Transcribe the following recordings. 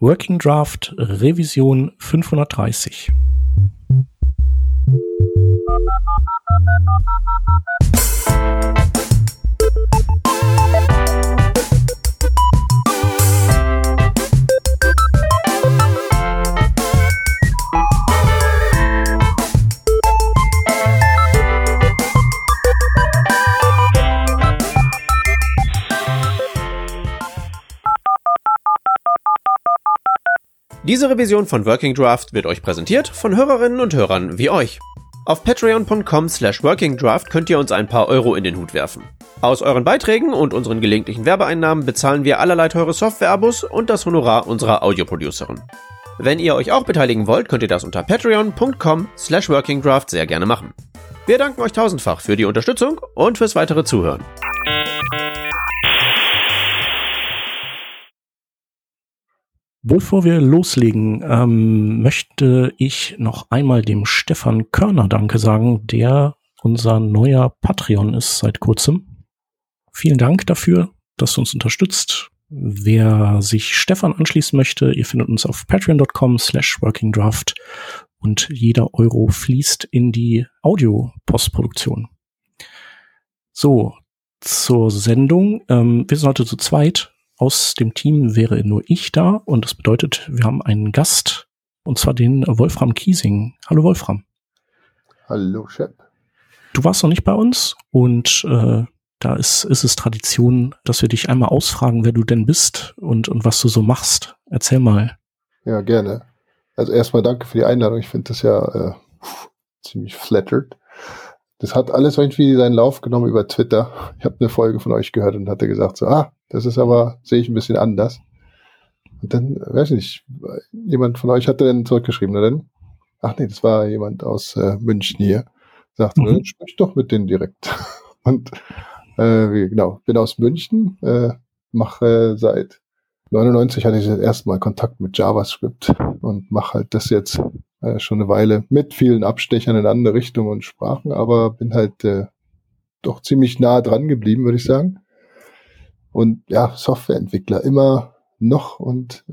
Working Draft Revision 530. Diese Revision von Working Draft wird euch präsentiert von Hörerinnen und Hörern wie euch. Auf patreon.com/workingdraft könnt ihr uns ein paar Euro in den Hut werfen. Aus euren Beiträgen und unseren gelegentlichen Werbeeinnahmen bezahlen wir allerlei teure Software-Abos und das Honorar unserer Audioproducerin. Wenn ihr euch auch beteiligen wollt, könnt ihr das unter patreon.com/workingdraft sehr gerne machen. Wir danken euch tausendfach für die Unterstützung und fürs weitere Zuhören. Bevor wir loslegen, möchte ich noch einmal dem Stefan Körner Danke sagen, der unser neuer Patreon ist seit kurzem. Vielen Dank dafür, dass du uns unterstützt. Wer sich Stefan anschließen möchte, ihr findet uns auf patreon.com/workingdraft und jeder Euro fließt in die Audio-Postproduktion. So, zur Sendung. Wir sind heute zu zweit. Aus dem Team wäre nur ich da und das bedeutet, wir haben einen Gast, und zwar den Wolfram Kiesing. Hallo Wolfram. Hallo Shep. Du warst noch nicht bei uns und da ist es Tradition, dass wir dich einmal ausfragen, wer du denn bist und was du so machst. Erzähl mal. Ja, gerne. Also erstmal danke für die Einladung. Ich finde das ja ziemlich flattered. Das hat alles irgendwie seinen Lauf genommen über Twitter. Ich habe eine Folge von euch gehört und hatte gesagt so, das ist aber, sehe ich ein bisschen anders. Und dann, weiß ich nicht, jemand von euch hatte dann zurückgeschrieben, oder denn? Ach nee, das war jemand aus München hier. Sagte, dann sprich doch mit denen direkt. Und genau, bin aus München, mache seit 99 hatte ich das erste Mal Kontakt mit JavaScript und mache halt das jetzt schon eine Weile mit vielen Abstechern in andere Richtungen und Sprachen, aber bin halt doch ziemlich nah dran geblieben, würde ich sagen. Und ja, Softwareentwickler immer noch und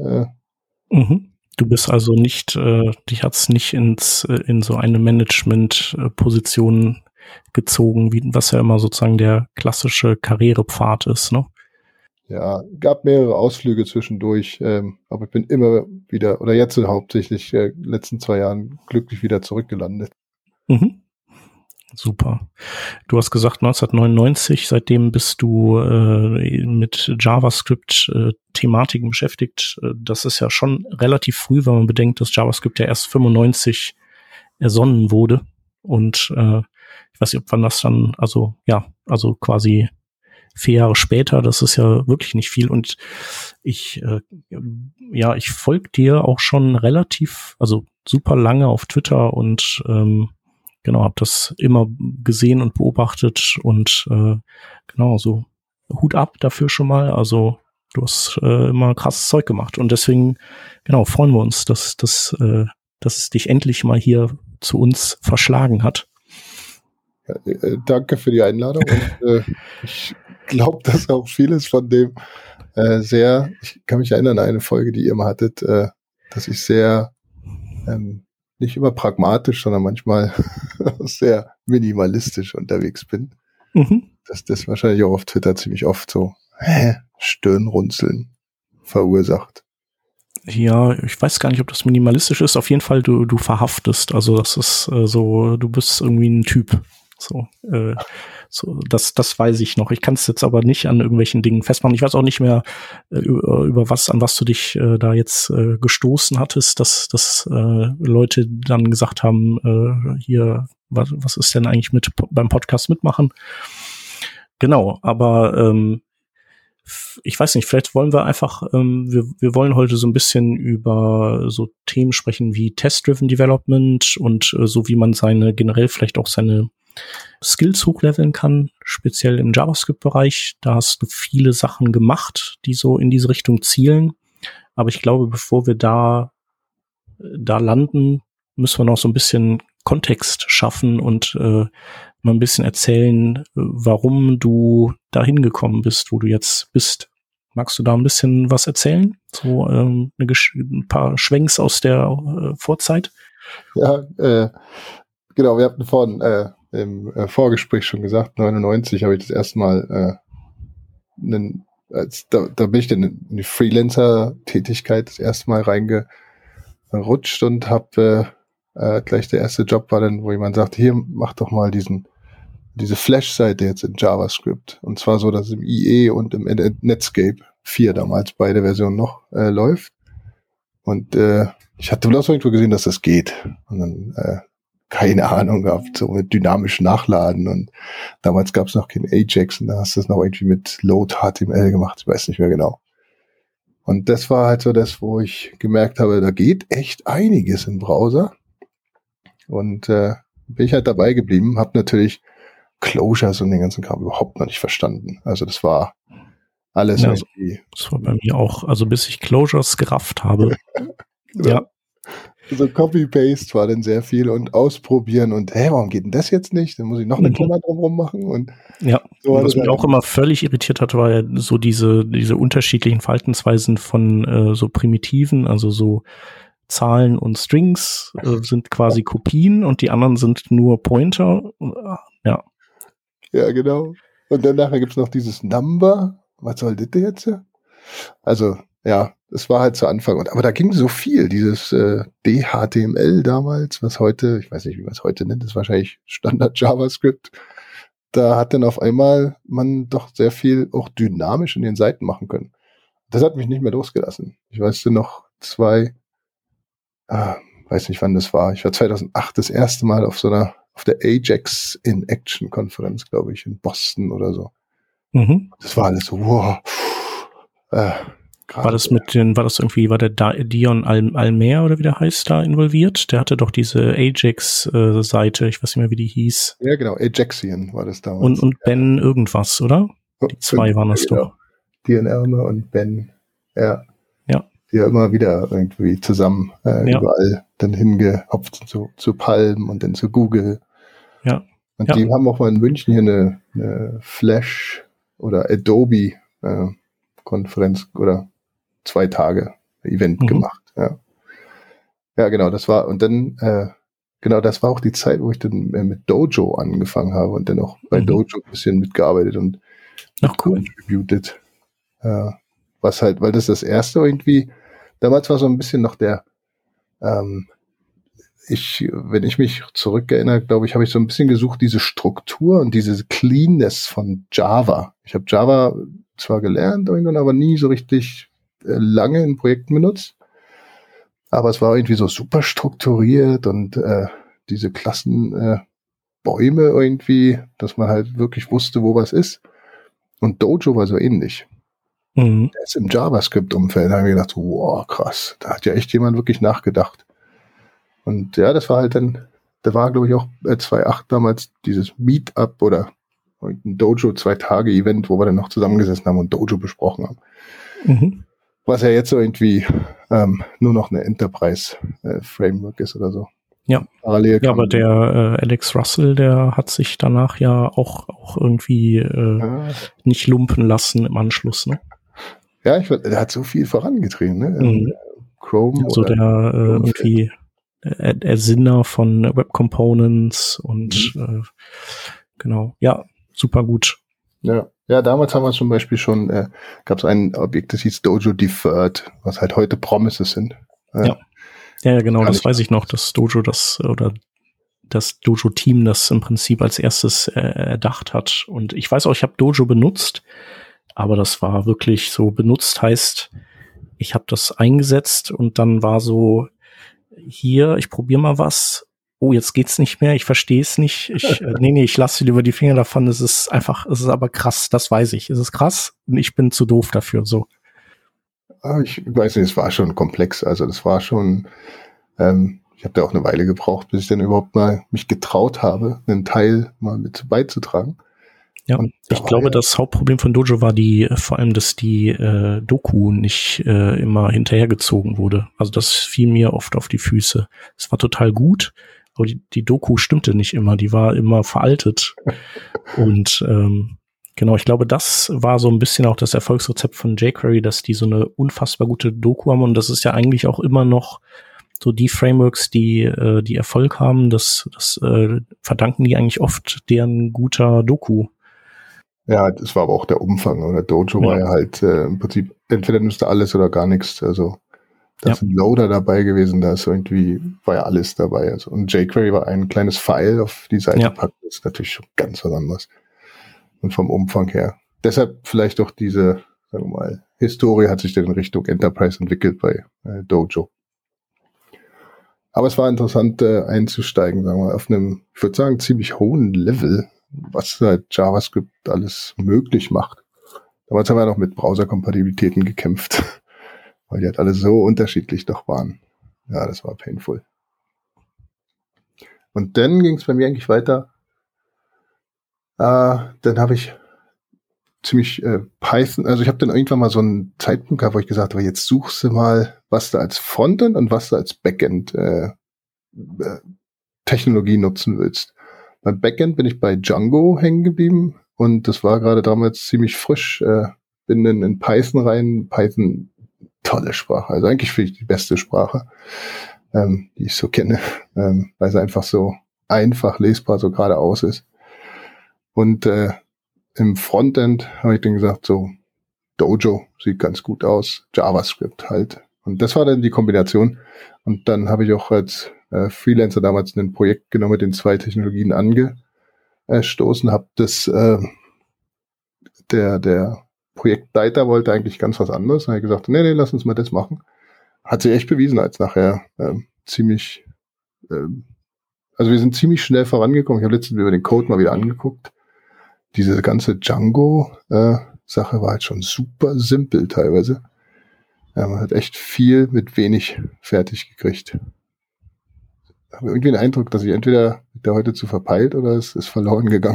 Du bist also nicht, dich hat's nicht in so eine Management-Position gezogen, was ja immer sozusagen der klassische Karrierepfad ist, ne? Ja, gab mehrere Ausflüge zwischendurch, aber ich bin immer wieder, oder jetzt hauptsächlich letzten 2 Jahren glücklich wieder zurückgelandet. Mhm. Super. Du hast gesagt 1999, seitdem bist du mit JavaScript-Thematiken beschäftigt. Das ist ja schon relativ früh, wenn man bedenkt, dass JavaScript ja erst 95 ersonnen wurde. Und ich weiß nicht, ob wann das dann, also quasi 4 Jahre später, das ist ja wirklich nicht viel. Und ich folge dir auch schon relativ, also super lange auf Twitter und genau, habe das immer gesehen und beobachtet und genau, so Hut ab dafür schon mal. Also du hast immer krasses Zeug gemacht und deswegen, genau, freuen wir uns, dass es dich endlich mal hier zu uns verschlagen hat. Ja, danke für die Einladung und ich glaube, dass auch vieles von dem ich kann mich erinnern an eine Folge, die ihr mal hattet, dass ich sehr nicht immer pragmatisch, sondern manchmal sehr minimalistisch unterwegs bin. Dass das wahrscheinlich auch auf Twitter ziemlich oft so Stirnrunzeln verursacht. Ja, ich weiß gar nicht, ob das minimalistisch ist. Auf jeden Fall, du verhaftest. Also das ist so, du bist irgendwie ein Typ. So, das weiß ich noch. Ich kann es jetzt aber nicht an irgendwelchen Dingen festmachen. Ich weiß auch nicht mehr, an was du dich da jetzt gestoßen hattest, dass Leute dann gesagt haben, hier, was ist denn eigentlich beim Podcast mitmachen? Genau, aber ich weiß nicht, vielleicht wollen wir einfach, wir wollen heute so ein bisschen über so Themen sprechen wie Test-Driven Development und so wie man generell vielleicht auch seine Skills hochleveln kann, speziell im JavaScript-Bereich. Da hast du viele Sachen gemacht, die so in diese Richtung zielen. Aber ich glaube, bevor wir da landen, müssen wir noch so ein bisschen Kontext schaffen und mal ein bisschen erzählen, warum du dahin gekommen bist, wo du jetzt bist. Magst du da ein bisschen was erzählen? So ein paar Schwenks aus der Vorzeit? Ja, genau, wir hatten vorhin im Vorgespräch schon gesagt, 99 habe ich das erste Mal da bin ich dann in die Freelancer-Tätigkeit das erste Mal reingerutscht und habe gleich der erste Job war dann, wo jemand sagt, hier, mach doch mal diese Flash-Seite jetzt in JavaScript. Und zwar so, dass es im IE und im Netscape 4 damals beide Versionen noch läuft. Und ich hatte bloß irgendwo gesehen, dass das geht. Und dann keine Ahnung gehabt, so mit dynamisch Nachladen. Und damals gab es noch kein Ajax und da hast du es noch irgendwie mit Load HTML gemacht. Ich weiß nicht mehr genau. Und das war halt so das, wo ich gemerkt habe, da geht echt einiges im Browser. Und bin ich halt dabei geblieben, habe natürlich Closures und den ganzen Kram überhaupt noch nicht verstanden. Also das war alles irgendwie. Das war bei mir auch, also bis ich Closures gerafft habe. Ja. So Copy-Paste war dann sehr viel und ausprobieren und warum geht denn das jetzt nicht? Dann muss ich noch eine Klammer drumherum machen und ja. So was mich auch immer völlig irritiert hat, war ja so diese unterschiedlichen Verhaltensweisen von so Primitiven, also so Zahlen und Strings sind quasi Kopien und die anderen sind nur Pointer. Ja. Ja, genau. Und dann nachher gibt's noch dieses Number. Was soll das denn jetzt? Also, ja, es war halt zu Anfang. Aber da ging so viel. Dieses DHTML damals, was heute, ich weiß nicht, wie man es heute nennt, ist wahrscheinlich Standard JavaScript. Da hat dann auf einmal man doch sehr viel auch dynamisch in den Seiten machen können. Das hat mich nicht mehr losgelassen. Ich weiß noch weiß nicht, wann das war. Ich war 2008 das erste Mal auf der Ajax in Action Konferenz, glaube ich, in Boston oder so. Mhm. Das war alles so, wow. War der Dion Almer oder wie der heißt da involviert? Der hatte doch diese Ajax-Seite, ich weiß nicht mehr, wie die hieß. Ja, genau, Ajaxian war das damals. Und Ben irgendwas, oder? Die zwei waren das genau. doch. Dion Almer und Ben, ja. Ja. Die ja immer wieder irgendwie zusammen überall dann hingehopft zu Palm und dann zu Google. Ja. Und die haben auch mal in München hier eine Flash oder Adobe Konferenz oder 2 Tage Event gemacht. Ja. Ja, genau, das war, und dann, das war auch die Zeit, wo ich dann mit Dojo angefangen habe und dann auch bei Dojo ein bisschen mitgearbeitet und contributed. Was halt, weil das erste irgendwie, damals war so ein bisschen noch wenn ich mich zurückerinnere, glaube ich, habe ich so ein bisschen gesucht, diese Struktur und diese Cleanness von Java. Ich habe Java zwar gelernt, aber nie so richtig lange in Projekten benutzt. Aber es war irgendwie so super strukturiert und diese Klassenbäume irgendwie, dass man halt wirklich wusste, wo was ist. Und Dojo war so ähnlich. Mhm. Jetzt im JavaScript-Umfeld habe ich gedacht, wow, krass, da hat ja echt jemand wirklich nachgedacht. Und ja, das war halt dann, da war glaube ich auch 2008 damals dieses Meetup oder ein Dojo 2-Tage-Event, wo wir dann noch zusammengesessen haben und Dojo besprochen haben. Mhm. Was ja jetzt so irgendwie nur noch eine Enterprise-Framework ist oder so. Ja. Parallel aber der Alex Russell, der hat sich danach ja auch irgendwie nicht lumpen lassen im Anschluss, ne? Ja, der hat so viel vorangetrieben, ne? Chrome so der irgendwie Ersinner von Web Components und genau, ja, super gut. Ja, damals haben wir zum Beispiel schon, gab es ein Objekt, das hieß Dojo Deferred, was halt heute Promises sind. Ja, genau, das weiß ich noch, das Dojo das Dojo-Team das im Prinzip als erstes erdacht hat. Und ich weiß auch, ich habe Dojo benutzt, aber das war wirklich so, benutzt heißt, ich habe das eingesetzt und dann war so, hier, ich probiere mal was. Oh, jetzt geht's nicht mehr, ich verstehe es nicht. Ich lasse lieber die Finger davon. Es ist aber krass, das weiß ich. Es ist krass und ich bin zu doof dafür, so. Ich weiß nicht, es war schon komplex. Also das war schon, ich habe da auch eine Weile gebraucht, bis ich dann überhaupt mal mich getraut habe, einen Teil mal mit beizutragen. Ja, ich glaube, das Hauptproblem von Dojo war vor allem, dass die Doku nicht immer hinterhergezogen wurde. Also das fiel mir oft auf die Füße. Es war total gut, aber die Doku stimmte nicht immer. Die war immer veraltet. Und Genau, ich glaube, das war so ein bisschen auch das Erfolgsrezept von jQuery, dass die so eine unfassbar gute Doku haben und das ist ja eigentlich auch immer noch so die Frameworks, die Erfolg haben, das verdanken die eigentlich oft deren guter Doku. Ja, das war aber auch der Umfang. Oder Dojo war ja halt im Prinzip, entweder nimmst du alles oder gar nichts. Also da ist ein Loader dabei gewesen, da ist irgendwie, war ja alles dabei. Also, und jQuery war ein kleines File auf die Seite packen. Das ist natürlich schon ganz was anderes. Und vom Umfang her. Deshalb vielleicht auch diese, sagen wir mal, Historie hat sich dann in Richtung Enterprise entwickelt bei Dojo. Aber es war interessant einzusteigen, sagen wir, auf einem, ich würde sagen, ziemlich hohen Level, was halt JavaScript alles möglich macht. Damals haben wir noch mit Browser-Kompatibilitäten gekämpft, weil die halt alle so unterschiedlich doch waren. Ja, das war painful. Und dann ging es bei mir eigentlich weiter. Dann habe ich ziemlich Python, also ich habe dann irgendwann mal so einen Zeitpunkt gehabt, wo ich gesagt habe, jetzt suchst du mal, was du als Frontend und was du als Backend Technologie nutzen willst. Beim Backend bin ich bei Django hängen geblieben und das war gerade damals ziemlich frisch. Bin dann in Python rein. Python, tolle Sprache, also eigentlich finde ich die beste Sprache, die ich so kenne, weil sie einfach so einfach lesbar so geradeaus ist. Und im Frontend habe ich dann gesagt, so Dojo sieht ganz gut aus, JavaScript halt. Und das war dann die Kombination. Und dann habe ich auch als Freelancer damals ein Projekt genommen, mit den 2 Technologien angestoßen, habe das, der Projektleiter wollte eigentlich ganz was anderes. Dann habe ich gesagt, nee, lass uns mal das machen. Hat sich echt bewiesen als nachher ziemlich, also wir sind ziemlich schnell vorangekommen. Ich habe letztens über den Code mal wieder angeguckt. Diese ganze Django-Sache war halt schon super simpel teilweise. Man hat echt viel mit wenig fertig gekriegt. Ich habe irgendwie den Eindruck, dass ich entweder der heute zu verpeilt oder es ist verloren gegangen.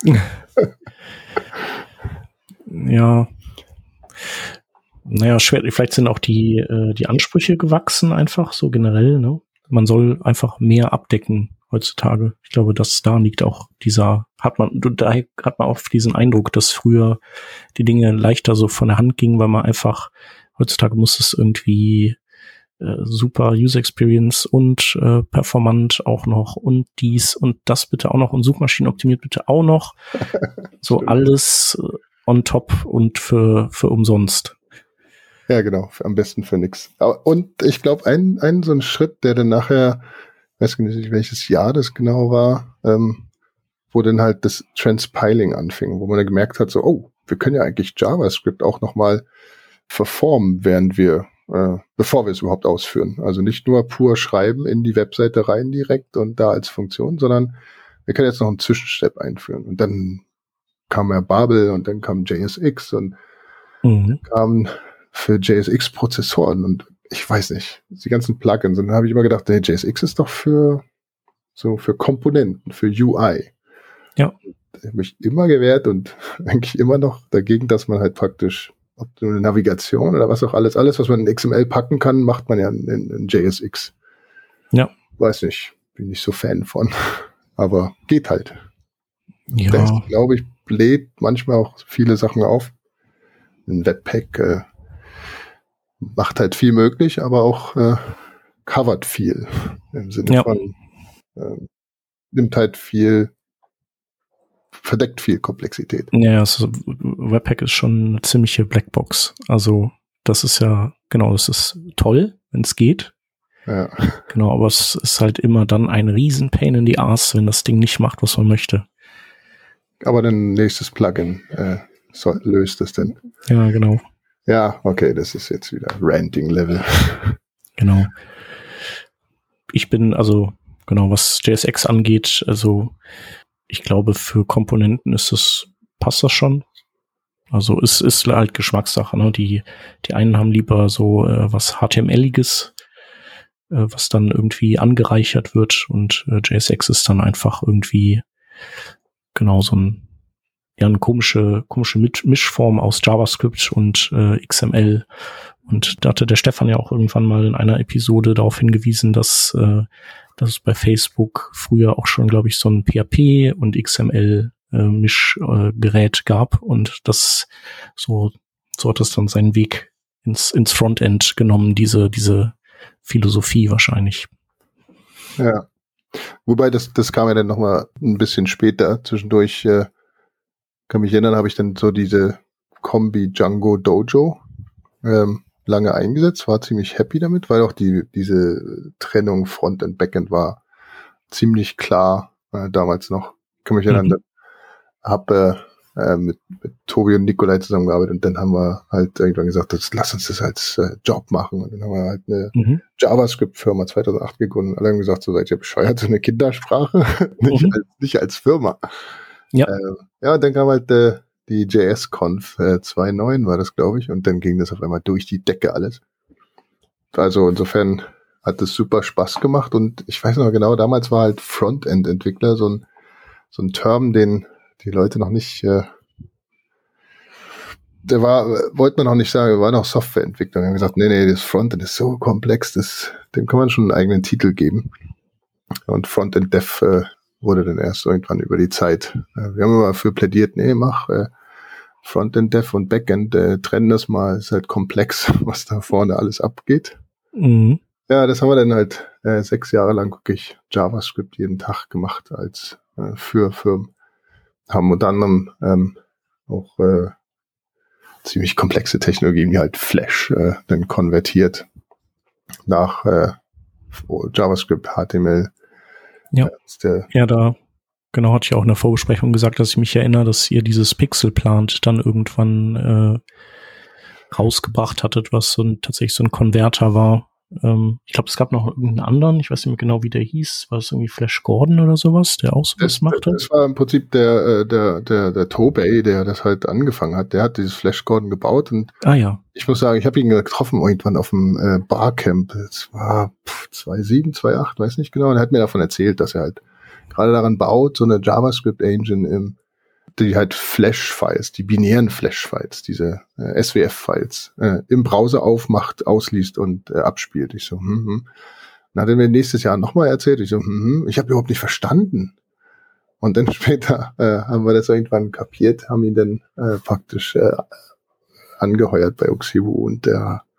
Ja. Naja, schwer. Vielleicht sind auch die Ansprüche gewachsen einfach so generell, ne? Man soll einfach mehr abdecken heutzutage. Ich glaube, dass da liegt auch da hat man oft diesen Eindruck, dass früher die Dinge leichter so von der Hand gingen, weil man einfach, heutzutage muss es irgendwie super User Experience und performant auch noch und dies und das bitte auch noch und Suchmaschinen optimiert bitte auch noch. So alles on top und für umsonst. Ja, genau. Am besten für nix. Und ich glaube, ein so ein Schritt, der dann nachher, ich weiß nicht, welches Jahr das genau war, wo dann halt das Transpiling anfing, wo man dann gemerkt hat, so, oh, wir können ja eigentlich JavaScript auch nochmal verformen, während wir, bevor wir es überhaupt ausführen. Also nicht nur pur schreiben in die Webseite rein direkt und da als Funktion, sondern wir können jetzt noch einen Zwischenstep einführen. Und dann kam ja Babel und dann kam JSX und dann kamen für JSX Prozessoren und ich weiß nicht, die ganzen Plugins. Und dann habe ich immer gedacht, hey, JSX ist doch für Komponenten, für UI. Ja. Ich habe mich immer gewehrt und eigentlich immer noch dagegen, dass man halt praktisch, ob eine Navigation oder was auch alles, was man in XML packen kann, macht man ja in JSX. Ja. Weiß nicht, bin nicht so Fan von. Aber geht halt. Ja. Das, glaube ich, bläht manchmal auch viele Sachen auf. Ein Webpack macht halt viel möglich, aber auch covert viel. Im Sinne von nimmt halt viel, verdeckt viel Komplexität. Ja, also Webpack ist schon eine ziemliche Blackbox. Also das ist ja, genau, das ist toll, wenn es geht. Ja. Genau, aber es ist halt immer dann ein riesen Pain in the Ass, wenn das Ding nicht macht, was man möchte. Aber dann nächstes Plugin löst es denn. Ja, genau. Ja, okay, das ist jetzt wieder Ranting-Level. Genau. Ich bin, also, genau, was JSX angeht, also ich glaube, für Komponenten passt das schon. Also es ist halt Geschmackssache, ne? Die einen haben lieber so was HTMLiges, was dann irgendwie angereichert wird und JSX ist dann einfach irgendwie genau so eine komische Mischform aus JavaScript und XML. Und da hatte der Stefan ja auch irgendwann mal in einer Episode darauf hingewiesen, dass es bei Facebook früher auch schon, glaube ich, so ein PHP und XML Mischgerät gab und das so hat es dann seinen Weg ins Frontend genommen, diese Philosophie wahrscheinlich. Ja. Wobei das kam ja dann nochmal ein bisschen später. Zwischendurch, kann mich erinnern, habe ich dann so diese Kombi Django Dojo lange eingesetzt, war ziemlich happy damit, weil auch diese Trennung Frontend Backend war ziemlich klar damals noch. Kann mich erinnern, habe mit Tobi und Nikolai zusammengearbeitet und dann haben wir halt irgendwann gesagt, lass uns das als Job machen. Und dann haben wir halt eine JavaScript-Firma 2008 gegründet. Alle haben gesagt, so seid ihr bescheuert, so eine Kindersprache, nicht als Firma. Ja. Und dann kam halt die JS-Conf 2.9 war das, glaube ich, und dann ging das auf einmal durch die Decke alles. Also insofern hat es super Spaß gemacht und ich weiß noch genau, damals war halt Frontend-Entwickler so ein Term, den die Leute noch nicht, wollte man noch nicht sagen, wir waren noch Softwareentwickler. Wir haben gesagt, nee, das Frontend ist so komplex, dem kann man schon einen eigenen Titel geben. Und Frontend Dev wurde dann erst irgendwann über die Zeit. Wir haben immer dafür plädiert, nee, mach Frontend Dev und Backend, trennen das mal, ist halt komplex, was da vorne alles abgeht. Mhm. Ja, das haben wir dann halt 6 Jahre lang wirklich JavaScript jeden Tag gemacht als für Firmen. Haben unter anderem auch ziemlich komplexe Technologien wie halt Flash dann konvertiert nach JavaScript, HTML. Ja, da genau hatte ich auch in der Vorbesprechung gesagt, dass ich mich erinnere, dass ihr dieses Pixel Plant dann irgendwann rausgebracht hattet, was tatsächlich so ein Konverter war. Ich glaube, es gab noch irgendeinen anderen, ich weiß nicht mehr genau, wie der hieß, war es irgendwie Flash Gordon oder sowas, der auch sowas machte? Das war im Prinzip der Tobey, der das halt angefangen hat, der hat dieses Flash Gordon gebaut und ich muss sagen, ich habe ihn getroffen irgendwann auf dem Barcamp, das war 2007, 2008, weiß nicht genau, und er hat mir davon erzählt, dass er halt gerade daran baut, so eine JavaScript-Engine die halt Flash-Files, die binären Flash-Files, diese SWF-Files im Browser aufmacht, ausliest und abspielt. Ich so, Dann hat er mir nächstes Jahr nochmal erzählt. Ich so, ich habe überhaupt nicht verstanden. Und dann später haben wir das irgendwann kapiert, haben ihn dann praktisch angeheuert bei Oxibu und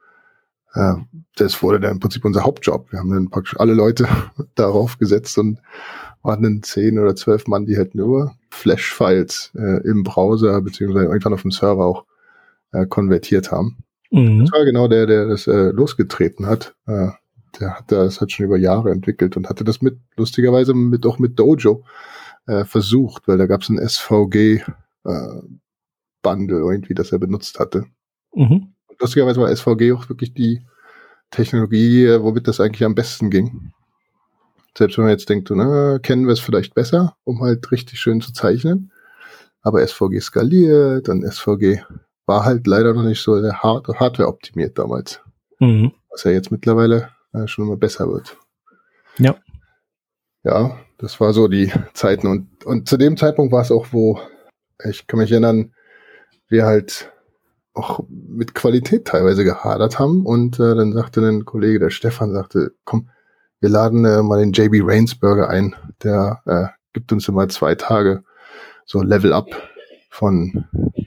das wurde dann im Prinzip unser Hauptjob. Wir haben dann praktisch alle Leute darauf gesetzt und waren dann 10 oder 12 Mann, die halt nur Flash-Files im Browser beziehungsweise irgendwann auf dem Server auch konvertiert haben. Das war genau der das losgetreten hat. Der hat das halt schon über Jahre entwickelt und hatte das lustigerweise auch mit Dojo versucht, weil da gab es ein SVG Bundle irgendwie, das er benutzt hatte. Und lustigerweise war SVG auch wirklich die Technologie, womit das eigentlich am besten ging. Selbst wenn man jetzt denkt, kennen wir es vielleicht besser, um halt richtig schön zu zeichnen. Aber SVG skaliert und SVG war halt leider noch nicht so sehr Hardware optimiert damals. Was ja jetzt mittlerweile schon immer besser wird. Ja. Ja, das war so die Zeiten. Und zu dem Zeitpunkt war es auch, wo, ich kann mich erinnern, wir halt auch mit Qualität teilweise gehadert haben. Und dann sagte ein Kollege, der Stefan, sagte, komm, wir laden mal den JB Rainsberger ein. Der gibt uns immer 2 Tage so Level Up von,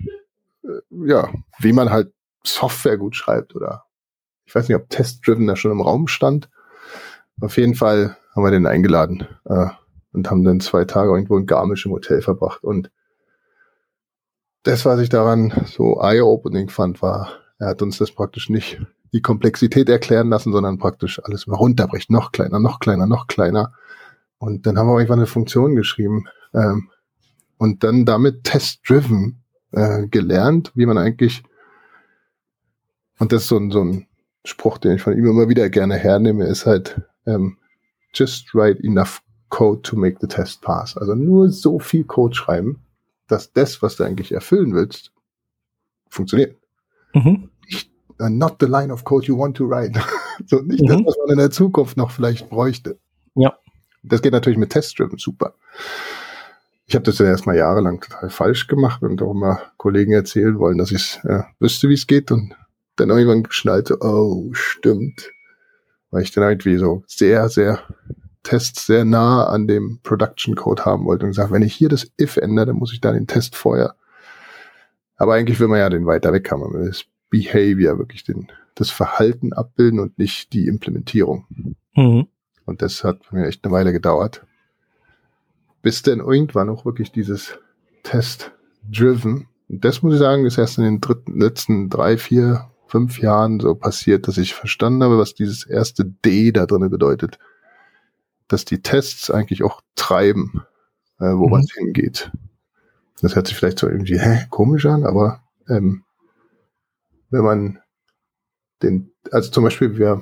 wie man halt Software gut schreibt oder ich weiß nicht, ob Test-Driven da schon im Raum stand. Auf jeden Fall haben wir den eingeladen und haben dann 2 Tage irgendwo in Garmisch im Hotel verbracht. Und das, was ich daran so eye-opening fand, war, er hat uns das praktisch nicht die Komplexität erklären lassen, sondern praktisch alles mal runterbricht. Noch kleiner, noch kleiner, noch kleiner. Und dann haben wir irgendwann eine Funktion geschrieben und dann damit Test-Driven gelernt, wie man eigentlich, und das ist so ein Spruch, den ich von ihm immer wieder gerne hernehme, ist halt just write enough code to make the test pass. Also nur so viel Code schreiben, dass das, was du eigentlich erfüllen willst, funktioniert. Not the line of code you want to write. So nicht das, was man in der Zukunft noch vielleicht bräuchte. Ja. Das geht natürlich mit Test-Driven super. Ich habe das ja erstmal jahrelang total falsch gemacht und auch immer Kollegen erzählen wollen, dass ich wüsste, wie es geht und dann irgendwann geschnallt, oh, stimmt. Weil ich dann irgendwie so sehr, sehr Tests sehr nah an dem Production Code haben wollte und gesagt, wenn ich hier das if ändere, dann muss ich da den Test vorher. Aber eigentlich will man ja den weiter weg haben. Man will das Behavior, wirklich das Verhalten abbilden und nicht die Implementierung. Mhm. Und das hat mir echt eine Weile gedauert. Bis dann irgendwann auch wirklich dieses Test-Driven. Und das muss ich sagen, ist erst in den letzten 3, 4, 5 Jahren so passiert, dass ich verstanden habe, was dieses erste D da drin bedeutet. Dass die Tests eigentlich auch treiben, wo was hingeht. Das hört sich vielleicht so irgendwie komisch an, aber wenn man also zum Beispiel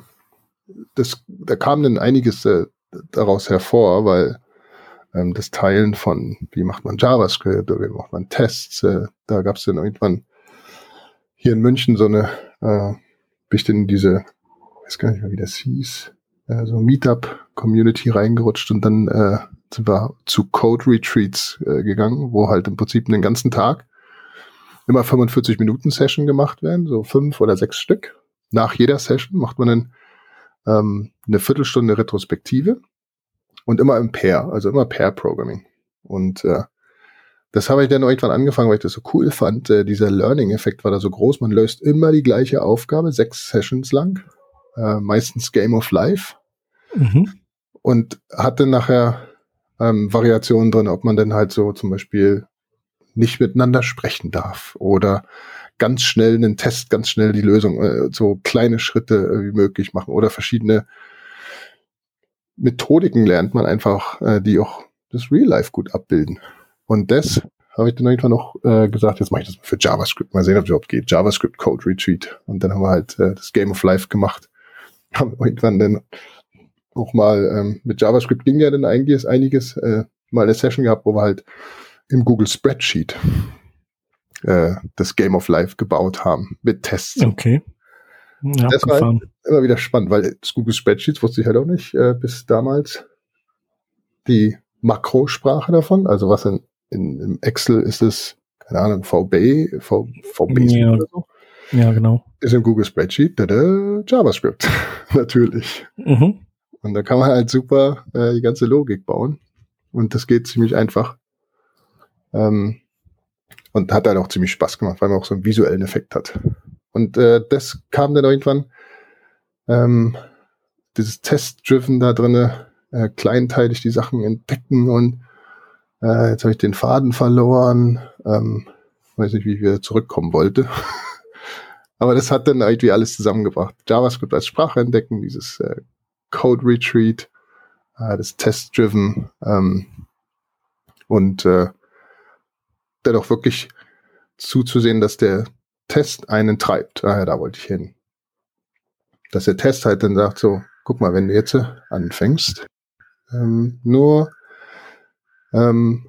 da kam dann einiges daraus hervor, weil das Teilen von, wie macht man JavaScript oder wie macht man Tests, da gab es dann irgendwann hier in München so eine, bin ich denn in diese, ich weiß gar nicht mehr, wie das hieß, so Meetup-Community reingerutscht und dann sind wir zu Code-Retreats gegangen, wo halt im Prinzip den ganzen Tag immer 45-Minuten-Session gemacht werden, so 5 oder 6 Stück. Nach jeder Session macht man dann eine Viertelstunde Retrospektive und immer im Pair, also immer Pair-Programming. Und das habe ich dann irgendwann angefangen, weil ich das so cool fand. Dieser Learning-Effekt war da so groß. Man löst immer die gleiche Aufgabe, 6 Sessions lang, meistens Game of Life. Und hatte nachher Variationen drin, ob man dann halt so zum Beispiel nicht miteinander sprechen darf oder ganz schnell einen Test, ganz schnell die Lösung, so kleine Schritte wie möglich machen oder verschiedene Methodiken lernt man einfach, die auch das Real Life gut abbilden. Und das habe ich dann irgendwann noch gesagt, jetzt mache ich das mal für JavaScript, mal sehen, ob es überhaupt geht. JavaScript Code Retreat. Und dann haben wir halt das Game of Life gemacht. Haben irgendwann dann auch mal mit JavaScript ging ja dann einiges mal eine Session gehabt, wo wir halt im Google Spreadsheet das Game of Life gebaut haben mit Tests. Okay. Ja, das war halt immer wieder spannend, weil das Google Spreadsheets wusste ich halt auch nicht bis damals die Makrosprache davon, also was in Excel ist es, keine Ahnung, VB ja, oder so. Ja, genau. Ist im Google Spreadsheet JavaScript, natürlich. Und da kann man halt super die ganze Logik bauen. Und das geht ziemlich einfach. Und hat halt auch ziemlich Spaß gemacht, weil man auch so einen visuellen Effekt hat. Und das kam dann irgendwann, dieses Test-Driven da drinne, kleinteilig die Sachen entdecken und jetzt habe ich den Faden verloren. Weiß nicht, wie ich wieder zurückkommen wollte. Aber das hat dann irgendwie alles zusammengebracht. JavaScript als Sprache entdecken, dieses Code Retreat, das Test-Driven und dann auch wirklich zuzusehen, dass der Test einen treibt. Da wollte ich hin. Dass der Test halt dann sagt so, guck mal, wenn du jetzt anfängst, nur den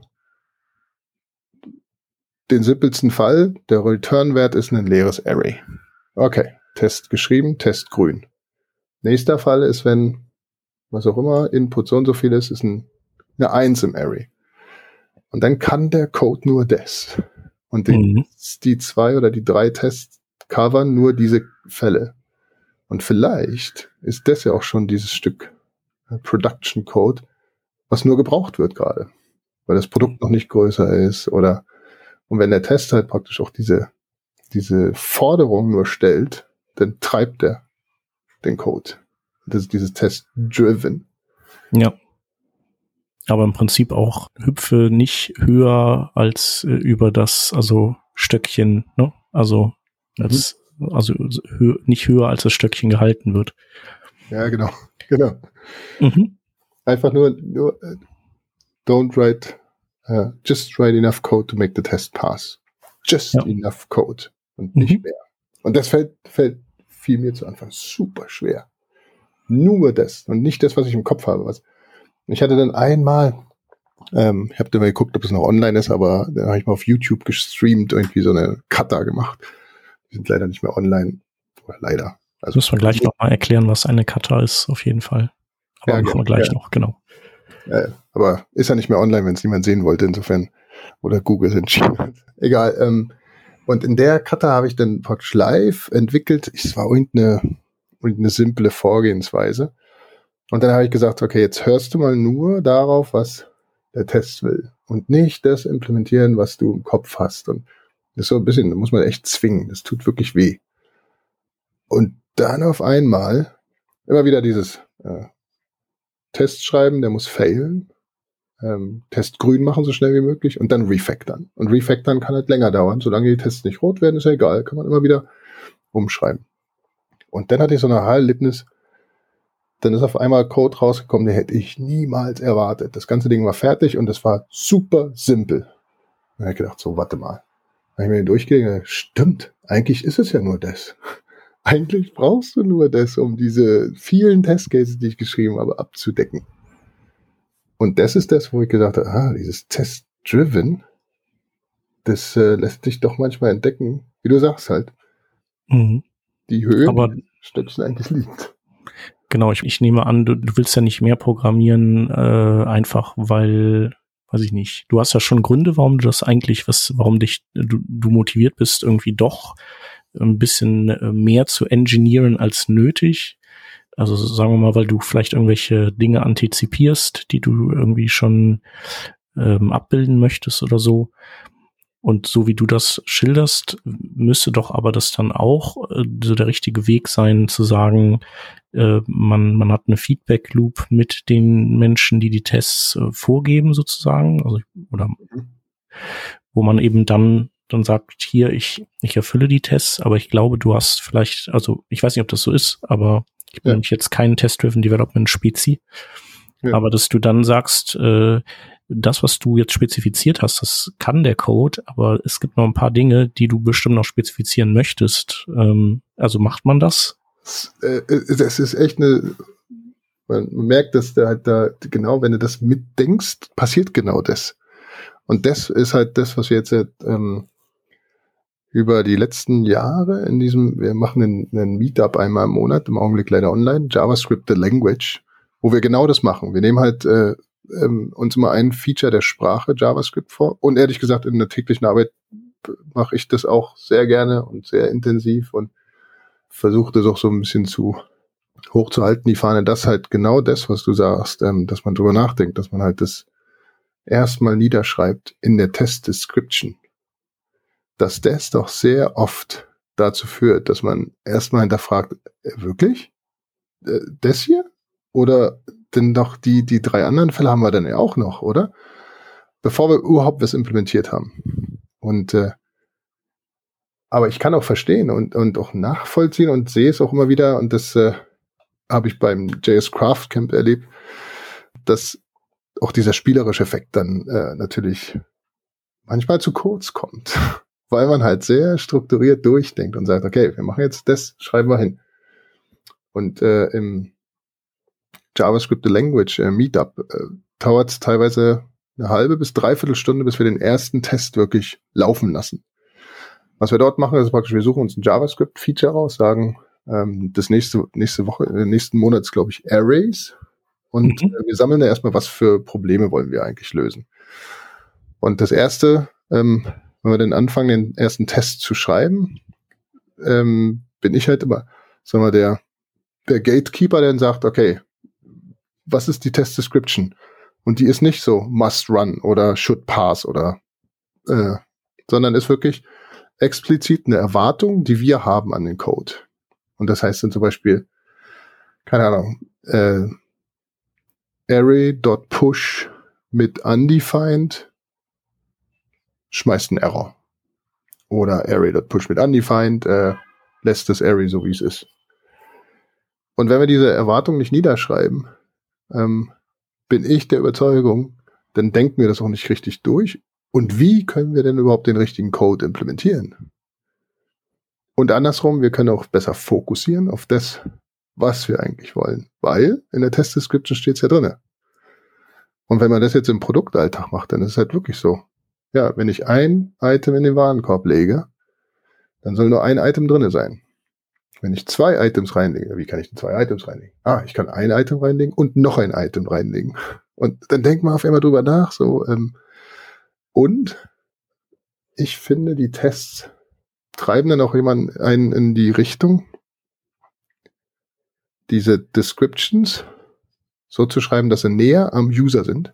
simpelsten Fall, der Return-Wert ist ein leeres Array. Okay, Test geschrieben, Test grün. Nächster Fall ist, wenn, was auch immer, Input so und so viel ist eine 1 im Array. Und dann kann der Code nur das. Und die 2 oder die 3 Tests covern nur diese Fälle. Und vielleicht ist das ja auch schon dieses Stück Production Code, was nur gebraucht wird gerade. Weil das Produkt noch nicht größer ist und wenn der Test halt praktisch auch diese Forderung nur stellt, dann treibt er den Code. Das ist dieses Test-Driven. Ja. Aber im Prinzip auch hüpfe nicht höher als über das, also Stöckchen, ne? Also nicht höher als das Stöckchen gehalten wird. Ja, genau. Einfach nur don't write, just write enough code to make the test pass. Just enough code und nicht mehr. Und das fiel mir zu Anfang super schwer. Nur das und nicht das, was ich im Kopf habe. Ich hatte dann einmal, ich habe dann mal geguckt, ob es noch online ist, aber dann habe ich mal auf YouTube gestreamt, irgendwie so eine Kata gemacht. Die sind leider nicht mehr online. Oder leider. Also müssen wir gleich noch mal erklären, was eine Kata ist, auf jeden Fall. Aber machen wir gleich noch, genau. Aber ist ja nicht mehr online, wenn es niemand sehen wollte, insofern. Oder Google entschieden hat. Egal. Und in der Kata habe ich dann praktisch live entwickelt. Es war irgendeine simple Vorgehensweise. Und dann habe ich gesagt, okay, jetzt hörst du mal nur darauf, was der Test will und nicht das implementieren, was du im Kopf hast. Und das ist so ein bisschen, da muss man echt zwingen. Das tut wirklich weh. Und dann auf einmal immer wieder dieses Test schreiben, der muss failen. Test grün machen, so schnell wie möglich und dann refactoren. Und refactoren kann halt länger dauern. Solange die Tests nicht rot werden, ist ja egal. Kann man immer wieder umschreiben. Und dann hatte ich so eine Erlebnis, dann ist auf einmal Code rausgekommen, den hätte ich niemals erwartet. Das ganze Ding war fertig und es war super simpel. Dann habe ich gedacht, so, warte mal. Dann habe ich mir den durchgelegt, stimmt, eigentlich ist es ja nur das. Eigentlich brauchst du nur das, um diese vielen Testcases, die ich geschrieben habe, abzudecken. Und das ist das, wo ich gesagt habe, dieses Test-Driven, das lässt sich doch manchmal entdecken, wie du sagst halt. Mhm. Die Höhe, aber die Stöckchen eigentlich liegt. Genau, ich nehme an, du willst ja nicht mehr programmieren, einfach weil, weiß ich nicht, du hast ja schon Gründe, warum du das eigentlich, warum du motiviert bist, irgendwie doch ein bisschen mehr zu engineeren als nötig. Also sagen wir mal, weil du vielleicht irgendwelche Dinge antizipierst, die du irgendwie schon abbilden möchtest oder so. Und so wie du das schilderst, müsste doch aber das dann auch so der richtige Weg sein, zu sagen, man hat eine Feedback-Loop mit den Menschen, die Tests vorgeben sozusagen, also, oder wo man eben dann sagt, hier, ich erfülle die Tests, aber ich glaube, du hast vielleicht, also ich weiß nicht, ob das so ist, aber ich bin nämlich jetzt kein Test-Driven Development Spezi, aber dass du dann sagst, das, was du jetzt spezifiziert hast, das kann der Code, aber es gibt noch ein paar Dinge, die du bestimmt noch spezifizieren möchtest. Also macht man das? Das ist echt man merkt, dass da halt genau, wenn du das mitdenkst, passiert genau das. Und das ist halt das, was wir jetzt über die letzten Jahre wir machen einen Meetup einmal im Monat, im Augenblick leider online, JavaScript the Language, wo wir genau das machen. Wir nehmen halt uns immer ein Feature der Sprache JavaScript vor. Und ehrlich gesagt, in der täglichen Arbeit mache ich das auch sehr gerne und sehr intensiv und versuche das auch so ein bisschen hochzuhalten, die Fahne. Das halt genau das, was du sagst, dass man drüber nachdenkt, dass man halt das erstmal niederschreibt in der Test-Description. Dass das doch sehr oft dazu führt, dass man erstmal hinterfragt, wirklich? Das hier? Oder denn doch die 3 anderen Fälle haben wir dann ja auch noch, oder? Bevor wir überhaupt was implementiert haben. Und aber ich kann auch verstehen und auch nachvollziehen und sehe es auch immer wieder, und das habe ich beim JS Craft Camp erlebt, dass auch dieser spielerische Effekt dann natürlich manchmal zu kurz kommt, weil man halt sehr strukturiert durchdenkt und sagt, okay, wir machen jetzt das, schreiben wir hin. Und im JavaScript the Language Meetup dauert es teilweise eine halbe bis dreiviertel Stunde, bis wir den ersten Test wirklich laufen lassen. Was wir dort machen, ist praktisch, wir suchen uns ein JavaScript-Feature raus, sagen, das nächste Woche, nächsten Monat ist, glaube ich, Arrays. Und wir sammeln da erstmal, was für Probleme wollen wir eigentlich lösen. Und das erste, wenn wir dann anfangen, den ersten Test zu schreiben, bin ich halt immer, sagen wir, der Gatekeeper, der dann sagt, okay, was ist die Test-Description? Und die ist nicht so must run oder should pass oder, sondern ist wirklich explizit eine Erwartung, die wir haben an den Code. Und das heißt dann zum Beispiel, keine Ahnung, array.push mit undefined schmeißt einen Error. Oder array.push mit undefined lässt das Array so, wie es ist. Und wenn wir diese Erwartung nicht niederschreiben, bin ich der Überzeugung, dann denken wir das auch nicht richtig durch. Und wie können wir denn überhaupt den richtigen Code implementieren? Und andersrum, wir können auch besser fokussieren auf das, was wir eigentlich wollen. Weil in der Test-Description steht es ja drin. Und wenn man das jetzt im Produktalltag macht, dann ist es halt wirklich so. Ja, wenn ich ein Item in den Warenkorb lege, dann soll nur ein Item drin sein. Wenn ich 2 Items reinlege, wie kann ich denn 2 Items reinlegen? Ich kann ein Item reinlegen und noch ein Item reinlegen. Und dann denkt man auf einmal drüber nach, so, und ich finde, die Tests treiben dann auch einen in die Richtung, diese Descriptions so zu schreiben, dass sie näher am User sind.